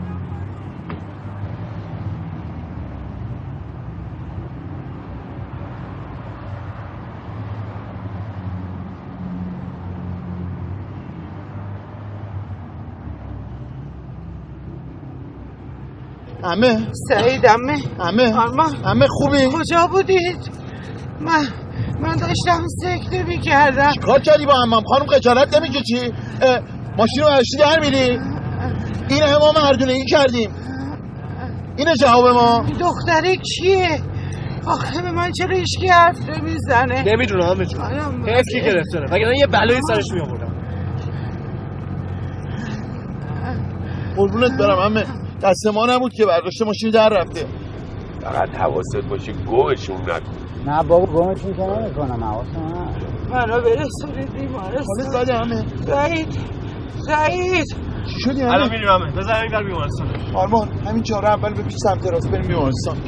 عمه سعید عمه عمه آرمان عمه خوبی؟ کجا بودید؟ من من داشتم سکته میکردم. کار کردی با عمم خانم خجالت نمیکشی؟ ماشین رو برشتی در میری؟ این همه مردونگی کردیم. اینه جواب ما. دختره کیه؟ آخه به من چرا هیچکی حرف نمیزنه؟ نمیدونم همه جون حیف کی گرفته وگرنه یه بلایی سرش میآوردم. قربونت برم عمه دست ما نبود که برداشته ماشین در رفته. فقط حواست باشه گمشون نکن. نه بابا گمشون که نمیکنم حواسم هست. منو برسونید بیمارستان. حالت بده عمه. سعید سعید چی شدی عمه؟ الان میریم عمه بذار این در بیمارستان. آرمان همین چهار اول به پیش سمت راست بریم بیمارستان.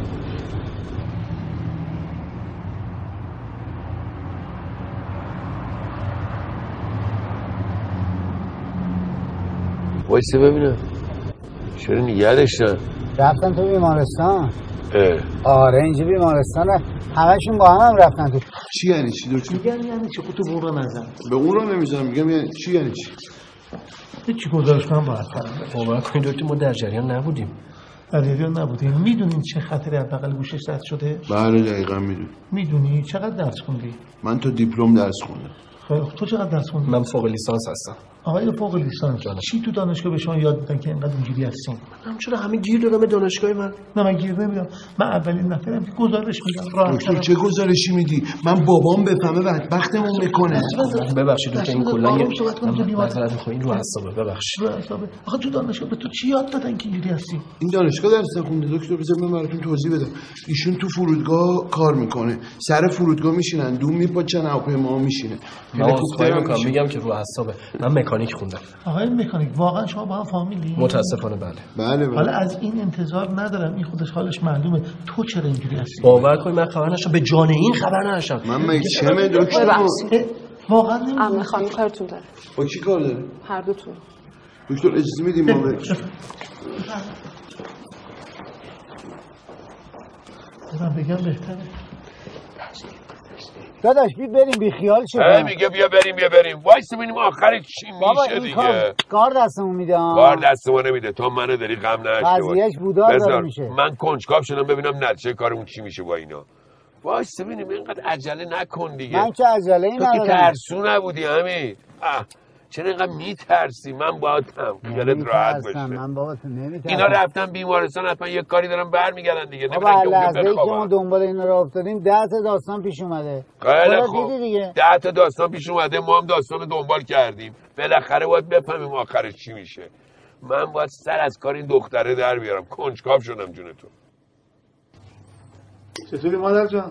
وایسه ببینم چرا نگه داشتن؟ رفتن تو بیمارستان. اه آره اینجا بیمارستانه همشون با هم هم رفتن تو. چی یعنی چی دکتر؟ میگن یعنی چی خودتو بون رو نزن. به اون رو نمیزنم میگم یعنی چی یعنی چی؟ هیچی گزارش کنم باید کنم. باور کنید دکتر ما در جریان نبودیم. در جریان نبودیم. میدونین چه خطری از بغل گوشش رد شده؟ بله دقیقاً میدونم. میدونی چقدر درس خوندی؟ من تا دیپلم درس خوندم. خب تو چقدر درس خوندی؟ من فوق لیسانس هستم. آقای فوق لیسانس چی تو دانشگاه به شما یاد میدن که اینقدر اینجوری هستین؟ من چرا همه گیر دادم به دانشگاه من؟ نه من گیر نمیدم. من اولین نفرم که گزارش میدم. دکتر چه گزارشی میدی؟ من بابام بفهمه بدبختمون میکنه. ببخشید دکتر این کلا یه مطلب میخوام رو حسابه. ببخشید. رو حسابه. آخه تو دانشگاه به تو چی یاد دادن که اینجوری هستی؟ این دانشگاه درس خونده دکتر. بذار من براتون توضیح بدم. ایشون تو فرودگاه کار میکنه. سر فرودگاه میشینن، دوم میپاچن، هواپیما میشینه. هلیکوپتر میکنم. میگم که رو حسابه. من مکانیک خوندم. آقای مکانیک واقعا شما با هم فامیلی؟ متاسفانه بله. بله بله. حالا از این انتظار ندارم. این خودش حالش معلومه. تو چرا اینجوری هستی؟ باور کن من خبر نشم، به جان این خبر نشم. من مگه چمه دکتر؟ واقعا نمیدونم. عمه خانم کارتون داره. با کی کار داره؟ هر دوتون. دکتر اجازه میدیم ما بریم. دارم بگم بهتره. داداش بی بریم بی خیال شو. اه میگه بیا بریم بیا بریم. وایس ببینیم آخر چی میشه دیگه. کار کار دستمون میده. کار دستمون نمیده. تو منو داری غم نشته. قضیهش بودار داره میشه. من کنجکاو شدم ببینم نتیجه کارمون چی میشه با اینا. وایس ببینیم اینقدر عجله نکن دیگه. من چه عجله ای ندارم. تو که ترسو نبودی همین. چرا اینقدر میترسی؟ من باهاتم خیالت راحت باشه. من باهاتون نمیترسم. اینا رفتن بیمارستان حتما یه کاری دارن برمیگردن دیگه. نمیدونن که اونجا بخوابن. که ما دنبال اینا راه افتادیم ده تا داستان پیش اومده. خیلی خوب. ده تا داستان پیش اومده، ما هم داستان دنبال کردیم. بالاخره باید بفهمیم آخرش چی میشه. من باید سر از کار این دختره در بیارم. کنجکاو شدم جون تو. چطوری مادر جان؟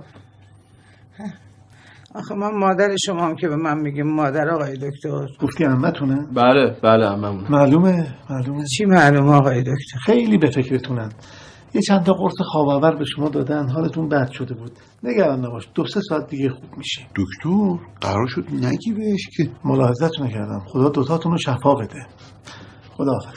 آخه من مادر شما هم که به من میگیم مادر آقای دکتر. گفتی عمتونه؟ بله بله عممونه. معلومه معلومه. چی معلومه آقای دکتر؟ خیلی به فکرتونن. یه چند تا قرص خواب آور به شما دادن، حالتون بد شده بود. نگران نباش، دو سه ساعت دیگه خوب میشی. دکتر قرار شد نگی بهش که ملاحظه‌تون کردم. خدا دوتاتون رو شفا بده. خداحافظ.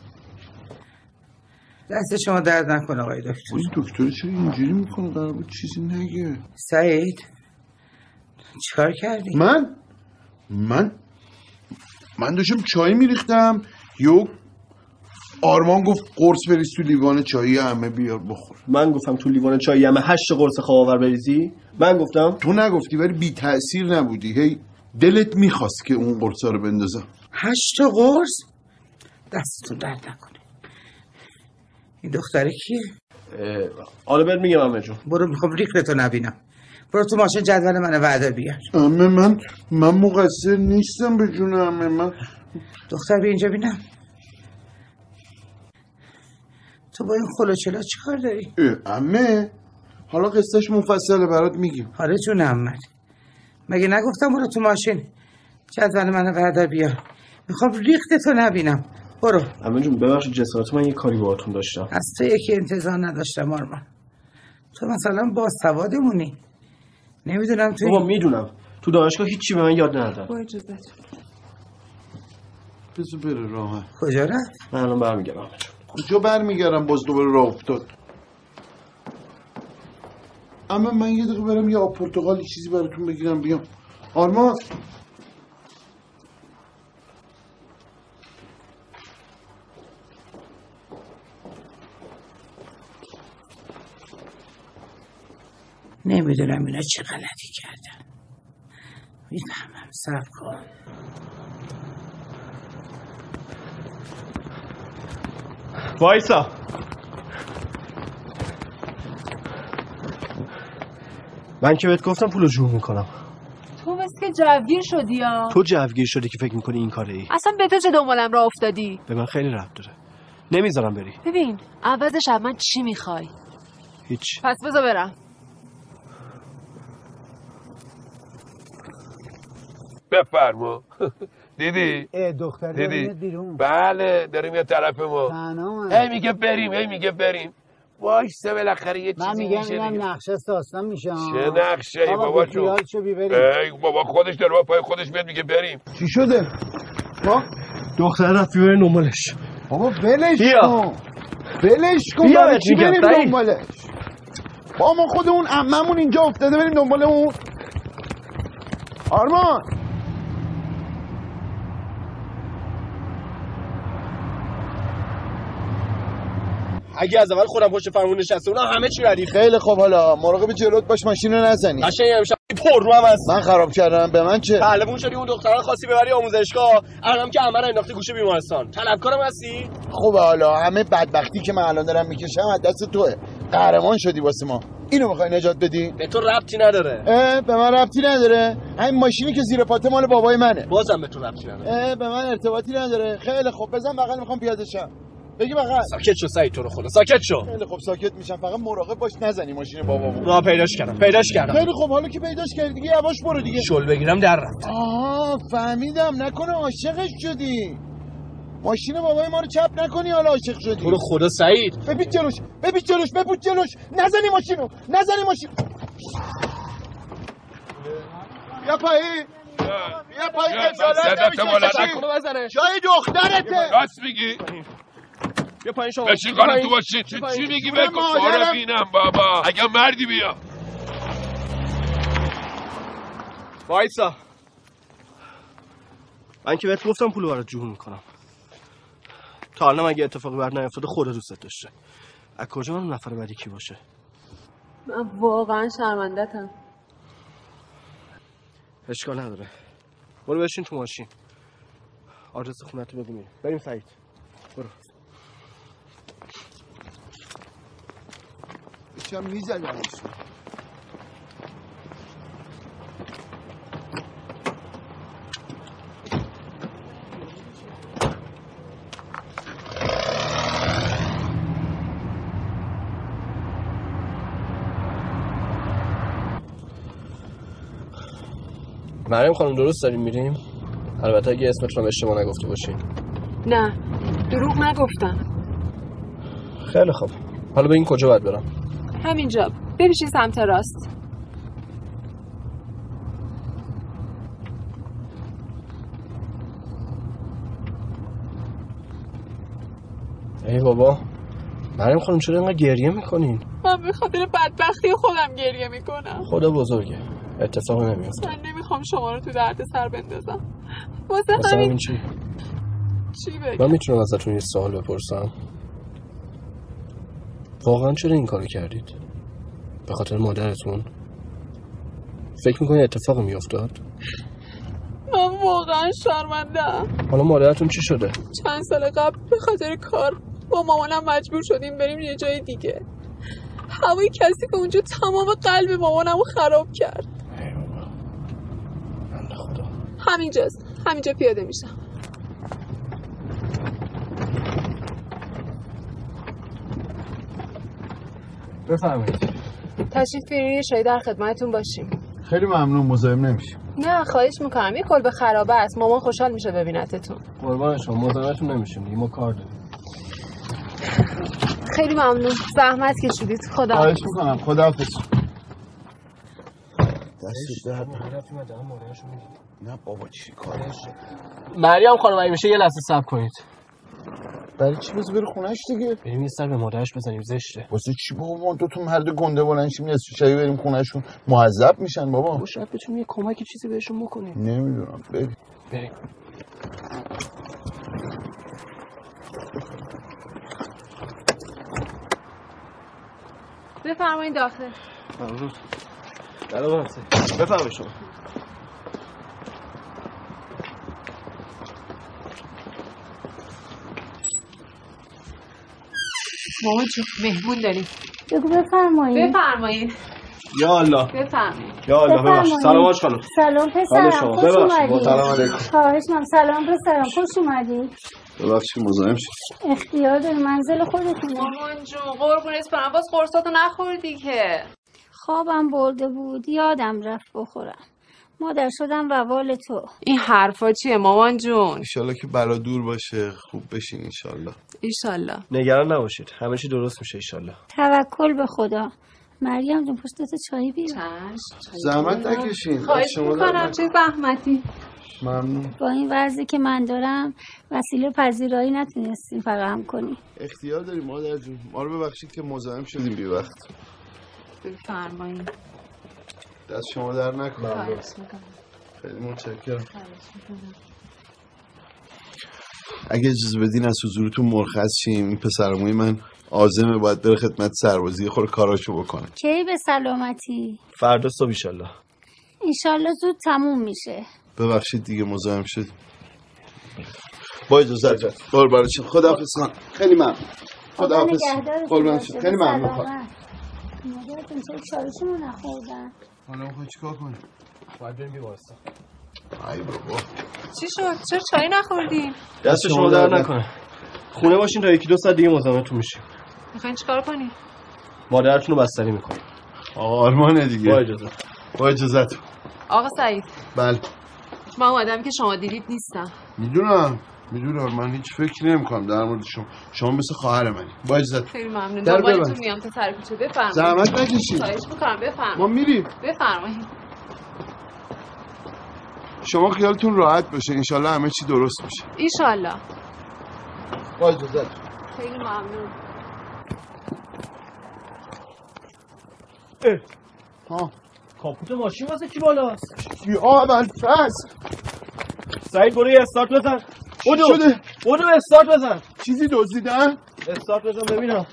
دست شما درد نکنه آقای دکتر. این دکتر چرا اینجوری میکنه؟ قرار بود چیزی نگه. سعید چیکار کردی؟ من من من داشتم چای میریختم، یو آرمان گفت قرص بریز تو لیوان چایی همه بیار بخور. من گفتم تو لیوان چایی همه هشت قرص خواب آور بریزی؟ من گفتم؟ تو نگفتی ولی بی تأثیر نبودی. هی دلت میخواست که اون قرصا رو بندازم. هشت قرص؟ دستتون درد نکنه. این دختره کیه؟ حالا بهت میگم عمه جون. برو میخوام ریختو نبینم. برو تو ماشین جدول من وعده بیار. عمه من من مقصر نیستم به جون عمه. من دختر بیا اینجا بینم. تو با این خلوچلا چی کار داری؟ عمه حالا قصهش مفصله برات میگیم. آره جون عمه. مگه نگفتم برو تو ماشین جدول من وعده بیار. میخوام ریختتو نبینم. برو. عمه جون ببخشید جسارت من یه کاری باهاتون داشتم. از تو یکی انتظار نداشتم آرمان. تو مثلا باسوادمونی. نمیدونم تو بابا میدونم تو دانشگاه هیچی به من یاد ندادن. با اجازت بذار بره راه. کجا رفت؟ من الان برمیگردم. کجا برمیگردم؟ باز دوباره راه افتاد. اما من یه دقیقه برم یه آب پرتقالی چیزی براتون بگیرم بیام. آرمان نمیدونم اینا چه غلطی کردن. میفهمم. صبر کن. وایسا. من که بهت گفتم پولو جور میکنم. تو مثل که جوگیر شدی ها. تو جوگیر شدی که فکر میکنی این کاره ای. اصلا به تو چه دنبالم راه افتادی؟ به من خیلی ربط داره. نمیذارم بری. ببین عوضش از من چی میخوای؟ هیچ. پس بذار برم. بفرما. دیدی؟ دختر دیدی؟ بیرون. بله داریم یه طرف ما. هی میگه بریم هی میگه بریم. وایسه بالاخره یه چیزی میشه. من میگم میگم نقشه داستان میشه. چه نقشه ای بابا جون؟ ای بابا خودش داره با پای خودش میاد میگه بریم. چی شده؟ ها؟ دختر رفت بیاره دنبالش. بابا ولش کن. ولش کن. برای چی بریم دنبالش؟ با ما خودمون عممون اینجا افتاده بریم دنبال اون. آرمان اگه از اول خودم پشت فرمون نشسته بودم همه چی ردیف. خیلی خوب حالا مراقب جلوت باش ماشین رو نزنی. قشنگ امشب پر رو هم هست. من خراب کردم؟ به من چه؟ پهلوون شدی اون دختران خاصی ببری آموزشگاه، الانم که عمر انداخته گوشه بیمارستان. طلبکارم هستی؟ خوبه حالا همه بدبختی که من الان دارم میکشم از دست توئه. قهرمان شدی واسه ما. اینو میخوای نجات بدی؟ به تو ربطی نداره. اه به من ربطی نداره؟ همین ماشینی که زیر پاته مال بابای منه. بازم به تو ربطی نداره. اه به من ارتباطی نداره. خیلی خوب بزن بغل، میخوام پیاده شم. بگی بغل. ساکت شو سعید، تو رو خدا ساکت شو. خیلی خوب ساکت میشم، فقط مراقب باش نزنی ماشین بابامو. راه پیداش کردم پیداش کردم خیلی خوب، حالا که پیداش کردی دیگه یواش برو دیگه. شل بگیرم در رفت. آها فهمیدم، نکنه عاشقش شدی. ماشین بابای ما رو چپ نکنی حالا عاشق شدی. تو رو خدا سعید بپیچ جلوش، بپیچ جلوش، بپیچ جلوش، نزنی ماشینو، نزنی ماشین. بیا پایین، بیا پایین که صدت بلند جای دخترته. راست میگی؟ بیا پایین شما. بشین کارم تو باشین. چی چی میگی بگو؟ بارو بینم بابا. اگه مردی بیا. وایسا. من که بهت گفتم پولو برات جور میکنم. تا الان اگه اتفاقی برات نیفتاده خدا دوست داشته. از کجا من نفر بعدی کی باشه؟ من واقعا شرمنده‌ام. اشکال نداره. برو بشین تو ماشین. آدرس خونه‌تو بگو میریم. بریم سعید. برو. چم میزنی ازش. مریم خانم درست داریم میریم؟ البته اگه اسمتون رو اشتباه نگفته باشین. نه دروغ نگفتم. خیلی خوب. حالا به این کجا باید برم؟ همینجا ببیشی سمت راست. ای بابا مریم خانم چرا اینقدر گریه میکنین؟ من به خاطر بدبختی خودم گریه میکنم. خدا بزرگه، اتفاقی نمیفته. من نمیخوام شما رو تو درد سر بندازم. واسه مثلا همین چی؟ چی بگم؟ من میتونم ازتون یه سوال بپرسم؟ واقعا چرا این کارو کردید؟ به خاطر مادرتون؟ فکر میکنی اتفاقی میافتاد؟ من واقعا شرمنده‌ام. حالا مادرتون چی شده؟ چند سال قبل به خاطر کار با مامانم مجبور شدیم بریم یه جای دیگه. هوای کسی که اونجا تمام قلب مامانم رو خراب کرد. ای بابا بنده خدا. همینجاست، همینجا پیاده میشم. بفرمایید. تشریف بیارین، شاید در خدمتتون باشیم. خیلی ممنون، مزاحم نمیشیم. نه خواهش میکنم، یه کلبه خرابه است، مامان خوشحال میشه ببینتتون. قربان شما، مزاحمتون نمیشیم دیگه، ما کار داریم. خیلی ممنون، زحمت کشیدید. خدا خواهش میکنم، خداحافظ. دستش درد نه بابا چی کارش؟ مریم خانم اگه میشه یه لحظه صبر کنید. برای چی بز بره خونش دیگه؟ بریم یه سر به مادرش بزنیم، زشته. واسه چی بابا؟ تو تو مرد گنده بلند شیم نصف شبی بریم خونهشون معذب میشن بابا. ما شاید بتونیم یه کمکی چیزی بهشون بکنیم. نمیدونم، بریم بریم. بفرمایید داخل. ممنون. سلام بفرمایید شما. مامان چه مهمون داریم. بگو بفرمایید. بفرمایید. یا الله. بفرمایید. یا الله ببخشید. سلام آج خانم. سلام پسرم. خوش اومدید. سلام علیکم. خواهش می‌کنم. سلام پسرم. خوش اومدید. ببخشید مزاحم شید. اختیار داری، منزل خودتونه. مامان جون قربونت برم، باز قرصاتو نخوردی که. خوابم برده بود، یادم رفت بخورم. مادر شدم ووال تو. این حرفا چیه مامان جون؟ انشالله که بلا دور باشه، خوب بشین انشالله. ایشالله. نگران نباشید، همه چی درست میشه ایشالله. توکل به خدا. مریم جون پشت تو چای بیار. چشم. زحمت نکشین. خواهش میکنم، چه زحمتی. ممنون. با این وضعی که من دارم وسیله پذیرایی نتونستیم فراهم کنی. اختیار داری مادر جون. ما رو ببخشید که مزاحم شدیم بی وقت. بفرمایید. دست شما در نکنم. خواهش میکنم. خیلی متشکرم. اگه اجازه بدین از حضورتون مرخص شیم. این پسرموی من عازمه، باید بره خدمت سربازی، خور کاراشو بکنه. کی به سلامتی؟ فردا صبح ان شاءالله. انشالله زود تموم میشه. ببخشید دیگه مزاحم شد. با اجازت قربانش خداحافظ خان. خیلی ممنون. خداحافظ. قربانش خیلی ممنون خان. مادرتون چه چالشمو نخوردن. حالا میخوای چیکار کنی؟ باید بریم بیمارستان. ای بابا. چی شد؟ چرا چای نخوردین؟ دست شما در نکنه. خونه باشین تا یکی دو ساعت دیگه مزاحمتون میشیم. میخواین چیکار کنی؟ مادرتون رو بستری میکنیم. آقا آرمانه دیگه. با اجازه. با اجازت. آقا سعید. بله. من آدمی که شما دیدید نیستم. میدونم. میدونم من هیچ فکر نمی‌کنم در مورد شما. شما مثل خواهر منی. با اجازت. خیلی ممنون. دنبالتون میام تا سر کوچه. بفرمایید. زحمت نکشید. خواهش می‌کنم بفرمایید. ما میریم. بفرمایید. شما خیالتون راحت باشه. انشالله همه چی درست میشه. انشالله. با اجازت. خیلی ممنون. اه. ها. کاپوت ماشین واسه کی بالاست؟ یا اول پس. سعید برو یه استارت بزن. بدو. شده؟ بدو استارت بزن. چیزی دزدیدن؟ استارت بزن ببینم.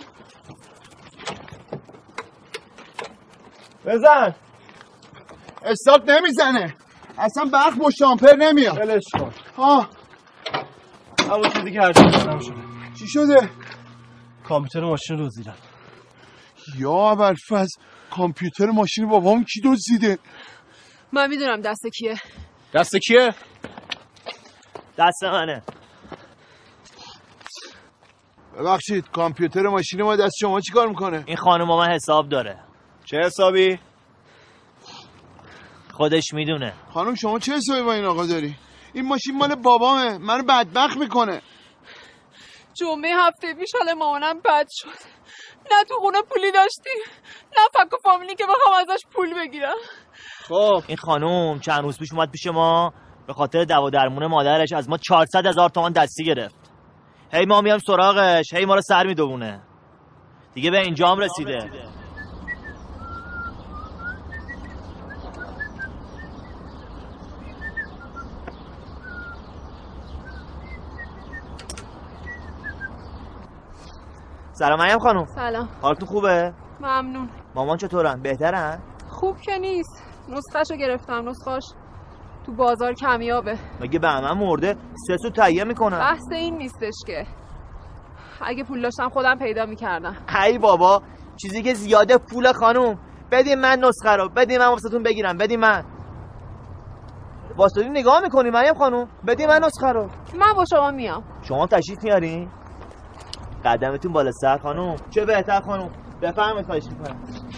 بزن. استارت نمیزنه. اصلا برق با شامپر نمیاد. ولش کن. ها. همون چیزی که هر چیزی شده شده. چی شده؟ کامپیوتر ماشین رو دزدیدن. یا ابوالفضل کامپیوتر ماشین بابام کی دزدیده؟ من میدونم دست کیه. دست کیه؟ دست منه. ببخشید کامپیوتر ماشین ما دست شما چی کار میکنه؟ این خانم با من حساب داره. چه حسابی؟ خودش میدونه. خانم شما چه حسابی با این آقا داری؟ این ماشین مال بابامه، منو بدبخت میکنه. جمعه هفته پیش حال مامانم بد شد. نه تو خونه پولی داشتی نه فک و فامیلی که بخوام ازش پول بگیرم. خب این خانم چند روز پیش اومد پیش ما به خاطر دوا درمون مادرش از ما چهارصد هزار تومان دستی گرفت. هی ما میام سراغش، هی ما رو سر میدونه. دیگه به اینجام رسیده. سلام مریم خانم. سلام. حالتون خوبه؟ ممنون. مامان چطورن؟ بهترن؟ خوب که نیست. نسخه‌شو گرفتم. نسخه‌اش تو بازار کمیابه. مگه بهمن مرده سه سو تهیه میکنن؟ بحث این نیستش که اگه پول داشتم خودم پیدا میکردم. ای بابا چیزی که زیاده پول خانم. بدین من نسخه رو. بدین من واسهتون بگیرم. بدین من. واسه نگاه میکنی مریم خانم؟ بدین من نسخه رو. من با شما میام. شما تشریف میارین؟ قدمتون بالا سر خانم. چه بهتر خانم. بفرمایید خواهش میکنم.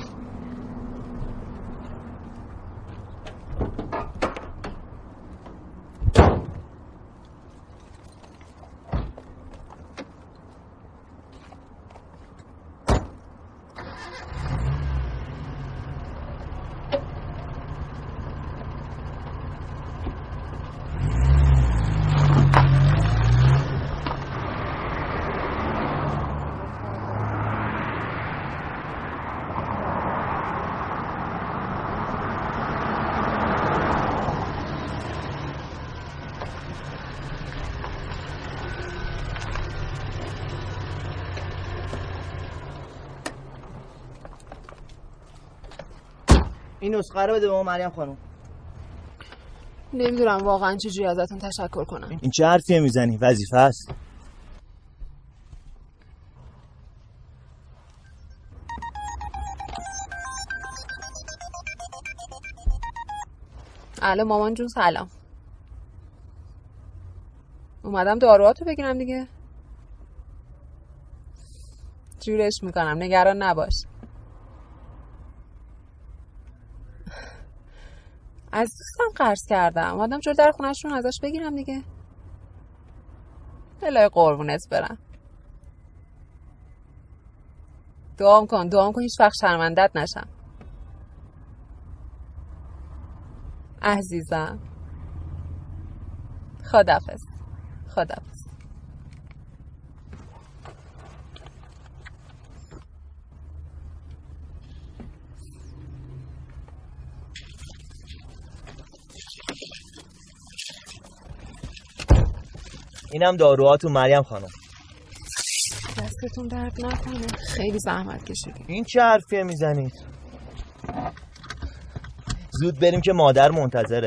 این نسخه رو بده به ما مریم خانم. نمیدونم واقعا چجوری ازتون تشکر کنم. این چه حرفیه میزنی؟ وظیفه است. الو مامان جون سلام. اومدم داروهاتو بگیرم دیگه. جورش میکنم نگران نباش. از دوستم قرض کردم. اومدم جلو در خونه‌شون ازش بگیرم دیگه. الهی قربونت برم. دعام کن دعام کن هیچ وقت شرمندت نشم. عزیزم. خداحافظ. خداحافظ. اینم داروهاتون مریم خانم. دستتون درد نکنه. خیلی زحمت کشیدید. این چه حرفیه میزنید؟ زود بریم که مادر منتظره.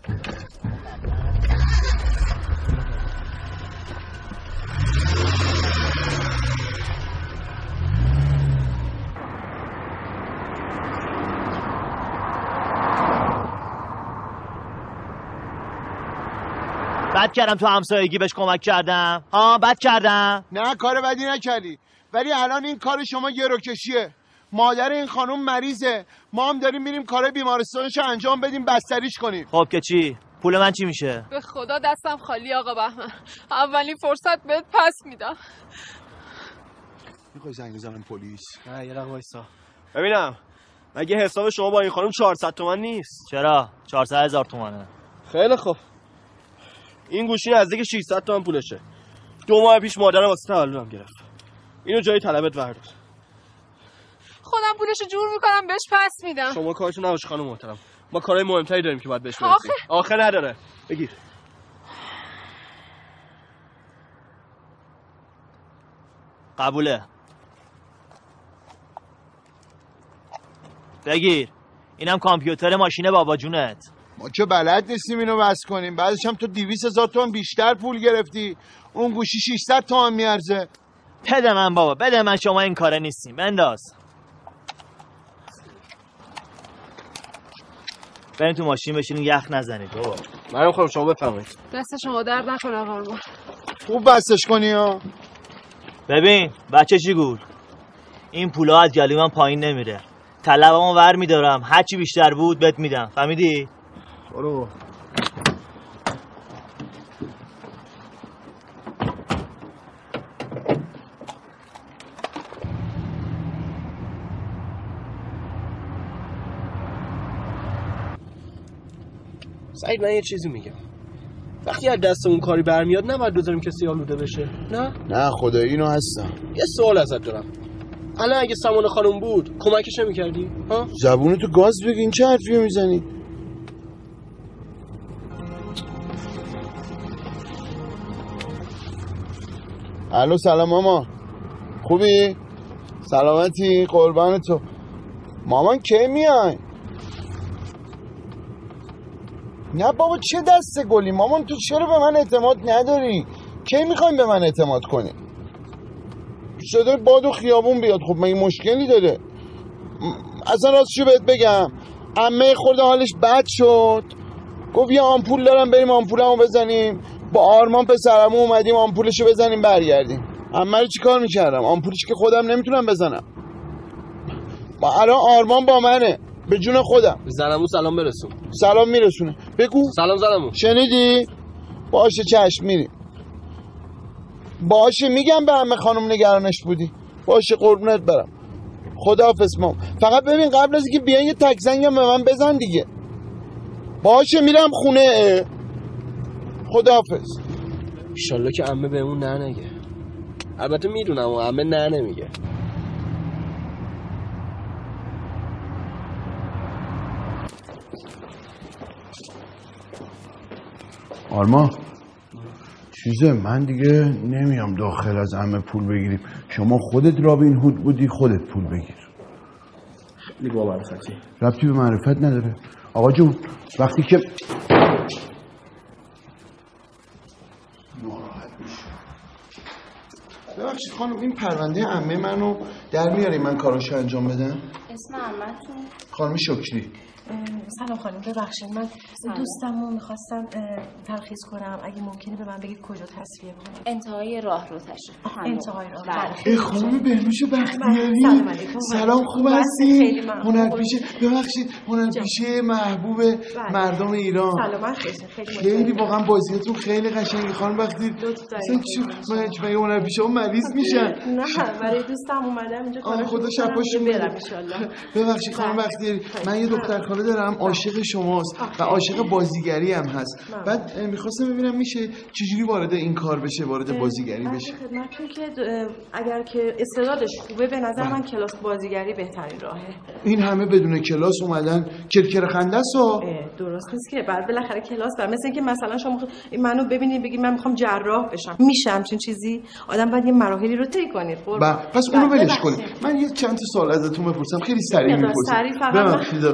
بد کردم تو همسایگی بهش کمک کردم. ها بد کردم. نه کار بدی نکردی، ولی الان این کار شما گروکشیه. مادر این خانم مریضه، ما هم داریم میریم کار بیمارستانش انجام بدیم، بستریش کنیم. خب که چی؟ پول من چی میشه؟ به خدا دستم خالی آقا بهمن، اولین فرصت بهت پس میدم. میخوای زنگ بزنم پلیس؟ نه یه دقیقه وایسا ببینم، مگه حساب شما با این خانم چهارصد تومن نیست؟ چرا؟ چهارصد هزار تومنه. خیلی خوب، این گوشی نزدیک ششصد تومن پولشه. دو ماه پیش مادرم واسه تولدم گرفت. اینو جای طلبت بردار. خودم پولشو جور میکنم بهش پس میدم. شما کارتون نباشه خانم محترم، ما کارهای مهمتری داریم که باید بهش برسیم. آخه آخه نداره. بگیر. قبوله. بگیر. اینم کامپیوتر ماشین بابا جونت. ما که بلد نیستیم اینو بس کنیم، بعدش هم تو دویست هزار تومن بیشتر پول گرفتی، اون گوشی ششصد تومن میارزه. بده من بابا، بده من، شما این کاره نیستیم. بنداز. بریم تو ماشین بشینیم یخ نزنید بابا. منم خودم شما بفرمایید. دست شما درد نکنه آقا آرمان. خوب بستش کنی ها. ببین بچه چی گول، این پولا از گلوی من پایین نمیره، طلبمو ور میدارم، هرچی بیشتر بود بهت میدم، فهمیدی؟ برو. سعید من یه چیزی میگم، وقتی از دست اون کاری برمیاد نباید بذاریم کسی آلوده بشه. نه نه خدایی اینو هستم. یه سوال ازت دارم، الان اگه سمانه خانم بود کمکش نمی‌کردی؟ ها؟ زبونتو گاز بگین، چه حرفی میزنی؟ الو سلام ماما، خوبی؟ سلامتی؟ قربان تو. مامان کی میای؟ نه بابا چه دست گلی مامان، تو چرا به من اعتماد نداری؟ کی میخوایم به من اعتماد کنی؟ شده باد و خیابون بیاد، خب مگه مشکلی داره؟ اصلا راستشو بهت بگم عمه خورده حالش بد شد، گفت یه آمپول دارم بریم آمپولمو بزنیم، با آرمان پسرمو اومدیم آمپولشو بزنیم برگردیم. عمه رو چی کار میکردم؟ آمپولش که خودم نمیتونم بزنم. با الان آرمان با منه، به جون خودم. زنمو سلام برسون. سلام میرسونه. بگو سلام زنمو. شنیدی؟ باشه چشم میریم. باشه میگم به عمه خانم نگرانش بودی. باشه قربونت برم. خداحافظ مام. فقط ببین قبل از اینکه بیان یه تک زنگم به من بزن دیگه. باشه میرم خونه. خداحافظ. انشالله که عمه بهمون نه نگه. البته میدونم و عمه نه نمیگه. آرما چیزه من دیگه نمیام داخل از عمه پول بگیریم، شما خودت رابین هود بودی، خودت پول بگیر. خیلی با معرفتی. ربطی به معرفت نداره آقا جون. وقتی که ببخشید خانم این پرونده عمه منو در میاری من کاراشو انجام بدم؟ اسم عمتون؟ خانم شکری. سلام خانم ببخشید من دوستمو میخواستم ترخیص کنم، اگه ممکنه به من بگید کجا تصفیه کنم؟ انتهای راه رو تشریف. انتهای راه. ای خانم بهنوش بختیاری. سلام خوب هستی؟ هنرپیشه ببخشید هنرپیشه محبوب مردم ایران. سلام خیلی خیلی واقعا بازیتون خیلی قشنگه خانم بختیاری. من من هنرپیشه ها مریض میشن. نه برای دوستم اومدم اینجا کارو خدا شفاشون بده. ببخشید خانم بختیاری من یه دختر خاله دارم عاشق شماست و عاشق بازیگری هم هست. بعد میخواستم ببینم میشه چجوری وارد این کار بشه، وارد بازیگری بشه. خدمتتون که اگر که استعدادش خوبه به نظر من کلاس بازیگری بهترین راهه. این همه بدون کلاس اومدن کرکر خنده‌سا درست نیست که بعد بالاخره کلاس بر مثل اینکه مثلا شما منو ببینید بگید من میخوام جراح بشم، میشه همچین چیزی؟ آدم باید یه مراحلی رو طی کنید. پس اونو ولش کنید. من یه چند تا سوال ازتون بپرسم، خیلی سریع میپرسم. ببخشید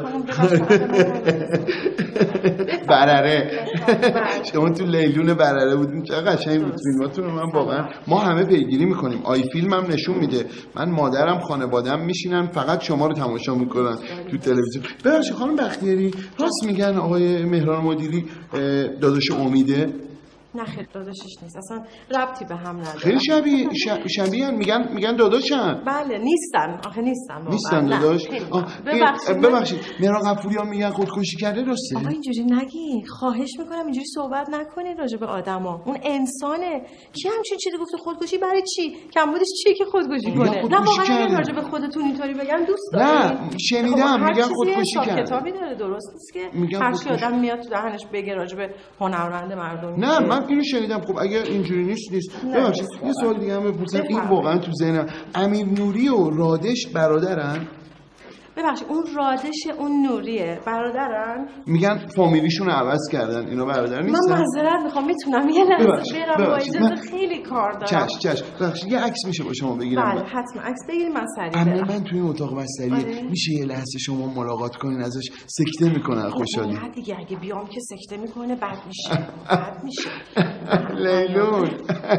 برره. شما تو لیلون برره بودیم، چقدر قشنگ بود فیلماتون. من واقعا ما همه پیگیری میکنیم. آی فیلم هم نشون میده. من مادرم خانواده‌ام میشینن فقط شما رو تماشا میکنن تو تلویزیون. ببخشید خانم بختیاری، راست میگن آقای مهران مدیری داداش امیده؟ نه خیلی داداشش نیست، اصلا ربطی به هم نداره. خیلی شبیه شبیه میگن میگن داداشن. بله نیستن، آخه نیستن واقعا. نیستن داداش. ببخشید ببخشید مهران غفوریان میگن خودکشی کرده، راسته؟ آقا اینجوری نگی، خواهش میکنم اینجوری صحبت نکنید راجع به آدما. اون انسانه. کی همچین چیزی گفته خودکشی برای چی؟ کمبودش چیه که خودکشی کنه؟ نه واقعا راجع به خودتون اینطوری بگن دوست دارید؟ نه شنیدم میگن خودکشی کرده. کتابی داره درست نیست که هر چی آدم میاد تو دهنش بگه راجع به هنرمند مردم. نه من اینو شنیدم. خب اگر اینجوری نیست نیست. ببخشید یه سوال دیگه هم بپرسم، این واقعا تو ذهنم. امیر نوری و رادش برادرن؟ ببخشید اون رادش اون نوریه برادرن؟ میگن فامیلیشون عوض کردن، اینا برادر نیستن؟ من معذرت میخوام، میتونم یه لحظه برم با اجازه؟ خیلی کار دارم. چش چش ببخشید یه عکس میشه با شما بگیرم؟ بله حتما عکس بگیریم. من سریع برم. من توی این اتاق بستریه، میشه یه لحظه شما ملاقات کنین ازش؟ سکته میکنه خوشحالی. نه دیگه اگه بیام که سکته میکنه بد میشه. بد میشه. لیلون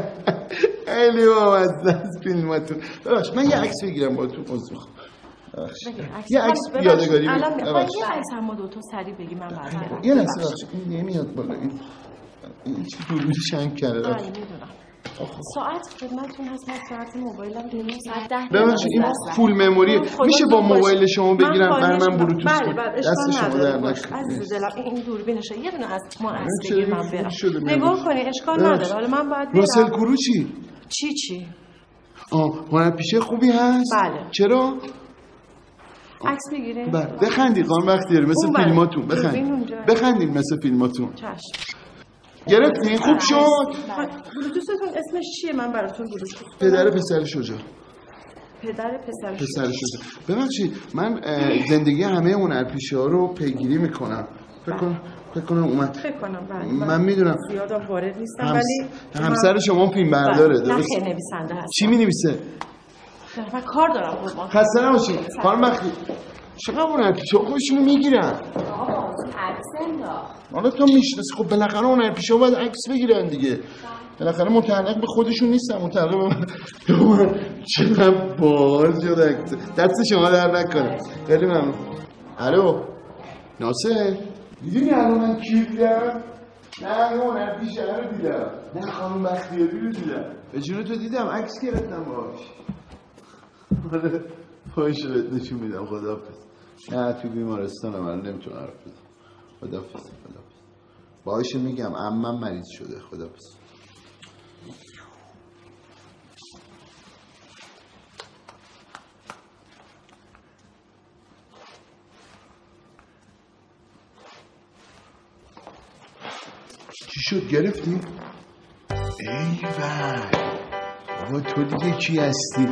خیلی وابسته از فیلماتون. ببخشید من یه عکس بگیرم با تو عضو. یه عکس یادگاری الان میخوام یه عکس هم ما دو تا سریع بگیم. من بعد یه لحظه ببخشید این نمیاد بالا. این این چی دوربین شنگ کرده؟ آره میدونم. ساعت خدمتتون هست. من ساعت موبایلم دارم ساعت ده. ببخشید این فول مموری میشه با موبایل شما بگیرم برای من بلوتوث کنم؟ دست شما در نکنه. عزیز دلم این دوربینشه یه دونه از ما عکس بگیر من برم. نگاه کنی اشکال نداره. حالا من باید برم. راسل کرو چی؟ چی چی؟ آه هنرپیشه خوبی هست؟ بله. چرا؟ عکس بگیریم؟ بله بخندید خانم بختیاری مثل فیلماتون. بخندید بخندید مثل فیلماتون. چشم. گرفتین؟ خوب شد. بلوتوثتون اسمش چیه؟ من براتون بلوتوث. پدر پسر شجاع. پدر پسر پسر شجاع. ببخشید من زندگی همه هنرپیشه ها رو پیگیری میکنم. فکر کنم فکر کنم اومد. فکر کنم بله. من میدونم زیادم وارد نیستم همس... ولی همسر شما فیلم برداره درست؟ نه خیلی نویسنده هست. چی می‌نویسه؟ من کار دارم قربان. خسته نباشید. خانم بختی چقدر هنرپیشه خودشونو میگیرن. آقا عکس انداخت. حالا تو میشناسی. خب بالاخره هنرپیشه باید عکس بگیرن دیگه. بالاخره متعلق به خودشون نیستن، متعلق به من. چقدر باحال شد. دست شما در نکنه. خیلی ممنون. الو ناصر میدونی الان من کی دیدم؟ نه هنرپیشه رو دیدم. نه خانم بختیاری رو دیدم. به جون تو دیدم عکس گرفتم باهاش. آره پایش رو بهت نشون میدم. خداحافظ. نه توی بیمارستانم الان نمیتونم حرف بزنم. خداحافظ. خداحافظ. باهاش میگم عمم مریض شده. خداحافظ. چی شد گرفتی؟ ایوه بابا تو دیگه کی هستی؟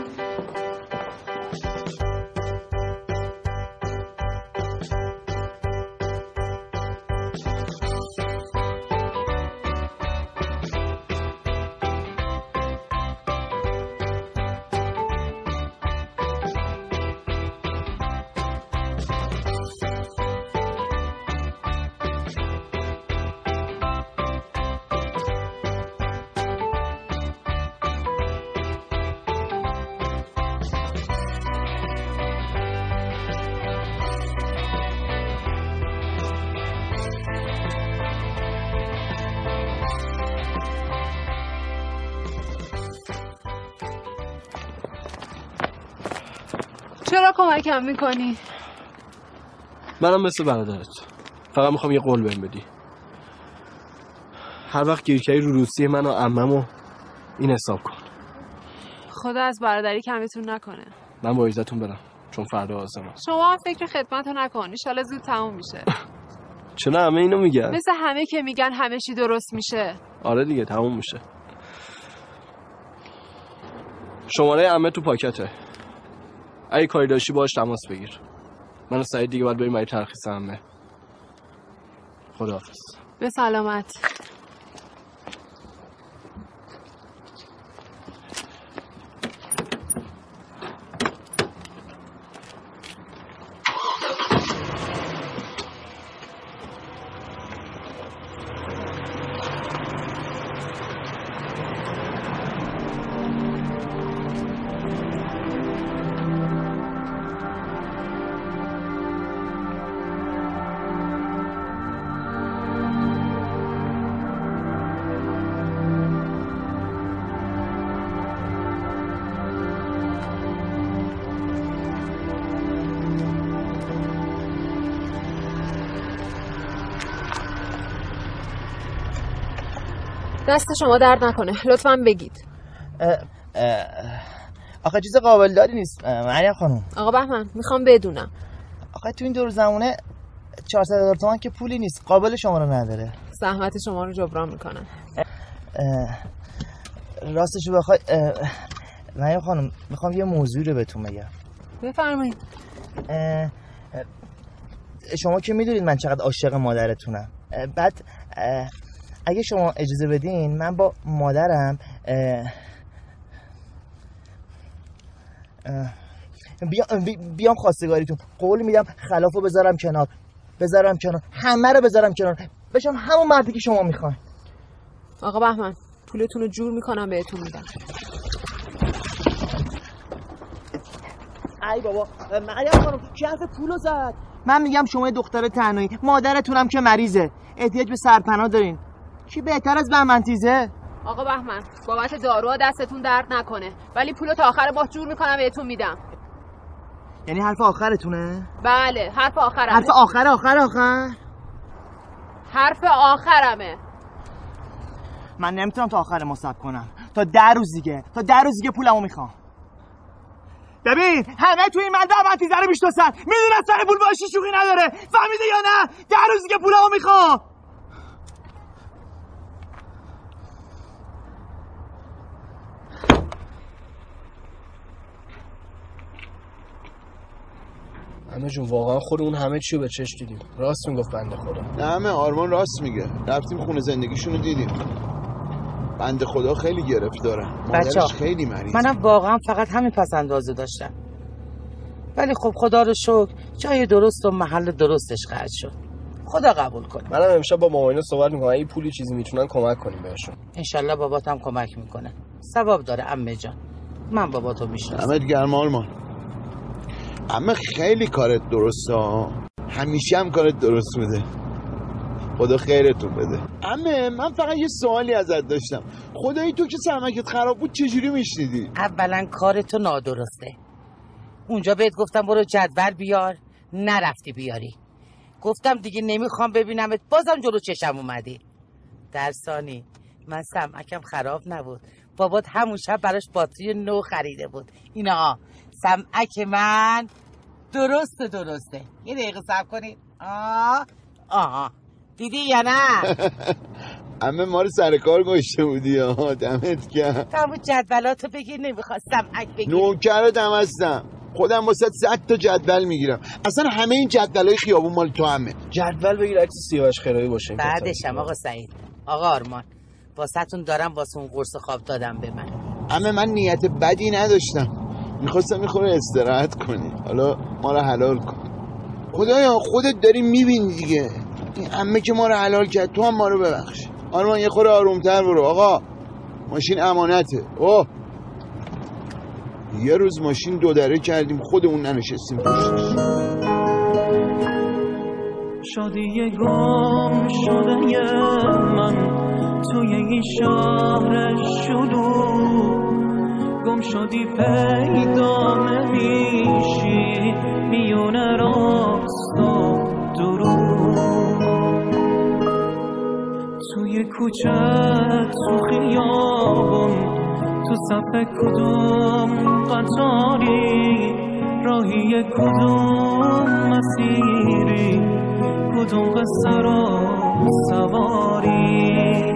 چرا کمکم میکنی؟ منم مثل برادرت، فقط میخوام یه قول بهم بدی. هر وقت گیرکری رو روسی من و عممو این حساب کن. خدا از برادری کمیتون نکنه. من با اجازهتون برم چون فردا آزمه. شما هم فکر خدمتو نکن، ان شاءالله زود تموم میشه. چرا همه اینو میگن؟ مثل همه که میگن همه چی درست میشه. آره دیگه تموم میشه. شماره عمه تو پاکته. اگه کاری داشتی باهاش تماس بگیر. من و سعید دیگه باید بریم برای ترخیص عمه. خداحافظ. به سلامت. دست شما درد نکنه، لطفاً بگید. اه اه آخه چیز قابل داری نیست مریم خانم. آقا بهمن میخوام بدونم. آخه تو این دور زمونه چهارصد هزار تومان که پولی نیست، قابل شما رو نداره. زحمت شما رو جبران میکنم. راستشو بخوای مریم خانم میخوام یه موضوعی رو بهتون بگم. بفرمایید. شما که میدونید من چقدر عاشق مادرتونم. بعد اگه شما اجازه بدین من با مادرم بیام بیام خواستگاریتون. قول میدم خلافو بذارم کنار، بذارم کنار، همه رو بذارم کنار، بشم همون مردی که شما میخواین. آقا بهمن پولتون رو جور میکنم بهتون میدم. ای بابا مریم خانم کی حرف پولو زد؟ من میگم شما دختر تنهایی، مادرتونم که مریضه، احتیاج به سرپناه دارین. کی بهتر از بهمن تیزه؟ آقا بهمن بابت داروها دستتون درد نکنه، ولی پولو تا آخر ماه جور میکنم بهتون میدم. یعنی حرف آخرتونه؟ بله حرف آخرمه. حرف آخر آخر آخر حرف آخرمه. من نمیتونم تا آخر ما صبر کنم. تا ده روز دیگه تا ده روز دیگه پولمو میخوام. ببین همه توی این ملده من تیزه رو میشناسن، میدونن سر پول باشی شوخی نداره، فهمیده یا نه؟ ده روز دیگه پولمو میخوام. همه جون واقعا خودمون همه چی رو به چشم دیدیم. راست میگفت بنده خدا. نه همه آرمان راست میگه. رفتیم خونه زندگیشون رو دیدیم. بنده خدا خیلی گرفتاره، مادرش خیلی مریض. منم واقعا فقط همین پس اندازه داشتم، ولی خب خدا رو شکر جای درست و محل درستش قرار شد. خدا قبول کنه. منم امشب با ماماینا صحبت میکنم اگه پولی چیزی میتونن کمک کنیم بهشون. انشالله باباتم کمک میکنه. ثواب داره عمه جان. من باباتو میشناسم. دمت گرم آرمان. عمه خیلی کارت درسته، همیشه هم کارت درست میده. خدا خیرتون بده. عمه من فقط یه سوالی ازت داشتم. خدایی تو که سمکت خراب بود چجوری میشنیدی؟ اولا کارتو نادرسته. اونجا بهت گفتم برو جدول بیار، نرفتی بیاری. گفتم دیگه نمیخوام ببینمت، بازم جلو چشم اومدی. در ثانی من سمکم خراب نبود، بابات همون شب براش باتری نو خریده بود. اینا سمک من درسته درسته. یه دقیقه صبر کنید. آه آها دیدی یا نه؟ عمه ما رو سر کار گذاشته بودی ها. دمت گرم. همون جدولاتو بگیر، نمیخواستم اک بگیر. نوکرتم هستم، خودم واسه صد تا جدول میگیرم. اصلا همه این جدولای خیابون مال تو همه. جدول بگیر عکس سیاوش خیرایی باشه. بعدشم آقا سعید، آقا آرمان واسهتون دارم واسه اون قرص خواب دادم به من. عمه من نیت بدی نداشتم، میخواستم میخوره استراحت کنی، حالا ما رو حلال کن. خدایا خودت داری میبینی دیگه، این عمه که ما رو حلال کرد، تو هم ما رو ببخش. آرمان یه خورده آرومتر برو. آقا ماشین امانته. اوه یه روز ماشین دو دره کردیم خودمون ننشستیم پشتش. شادی گم شده من توی این شهر شلوغ، گم شدی پیدا نمیشی میونه راست و دروغ. توی کوچه تو خیابون تو صف کدوم قطاری، راهی کدوم مسیری، کدوم قصه رو سواری.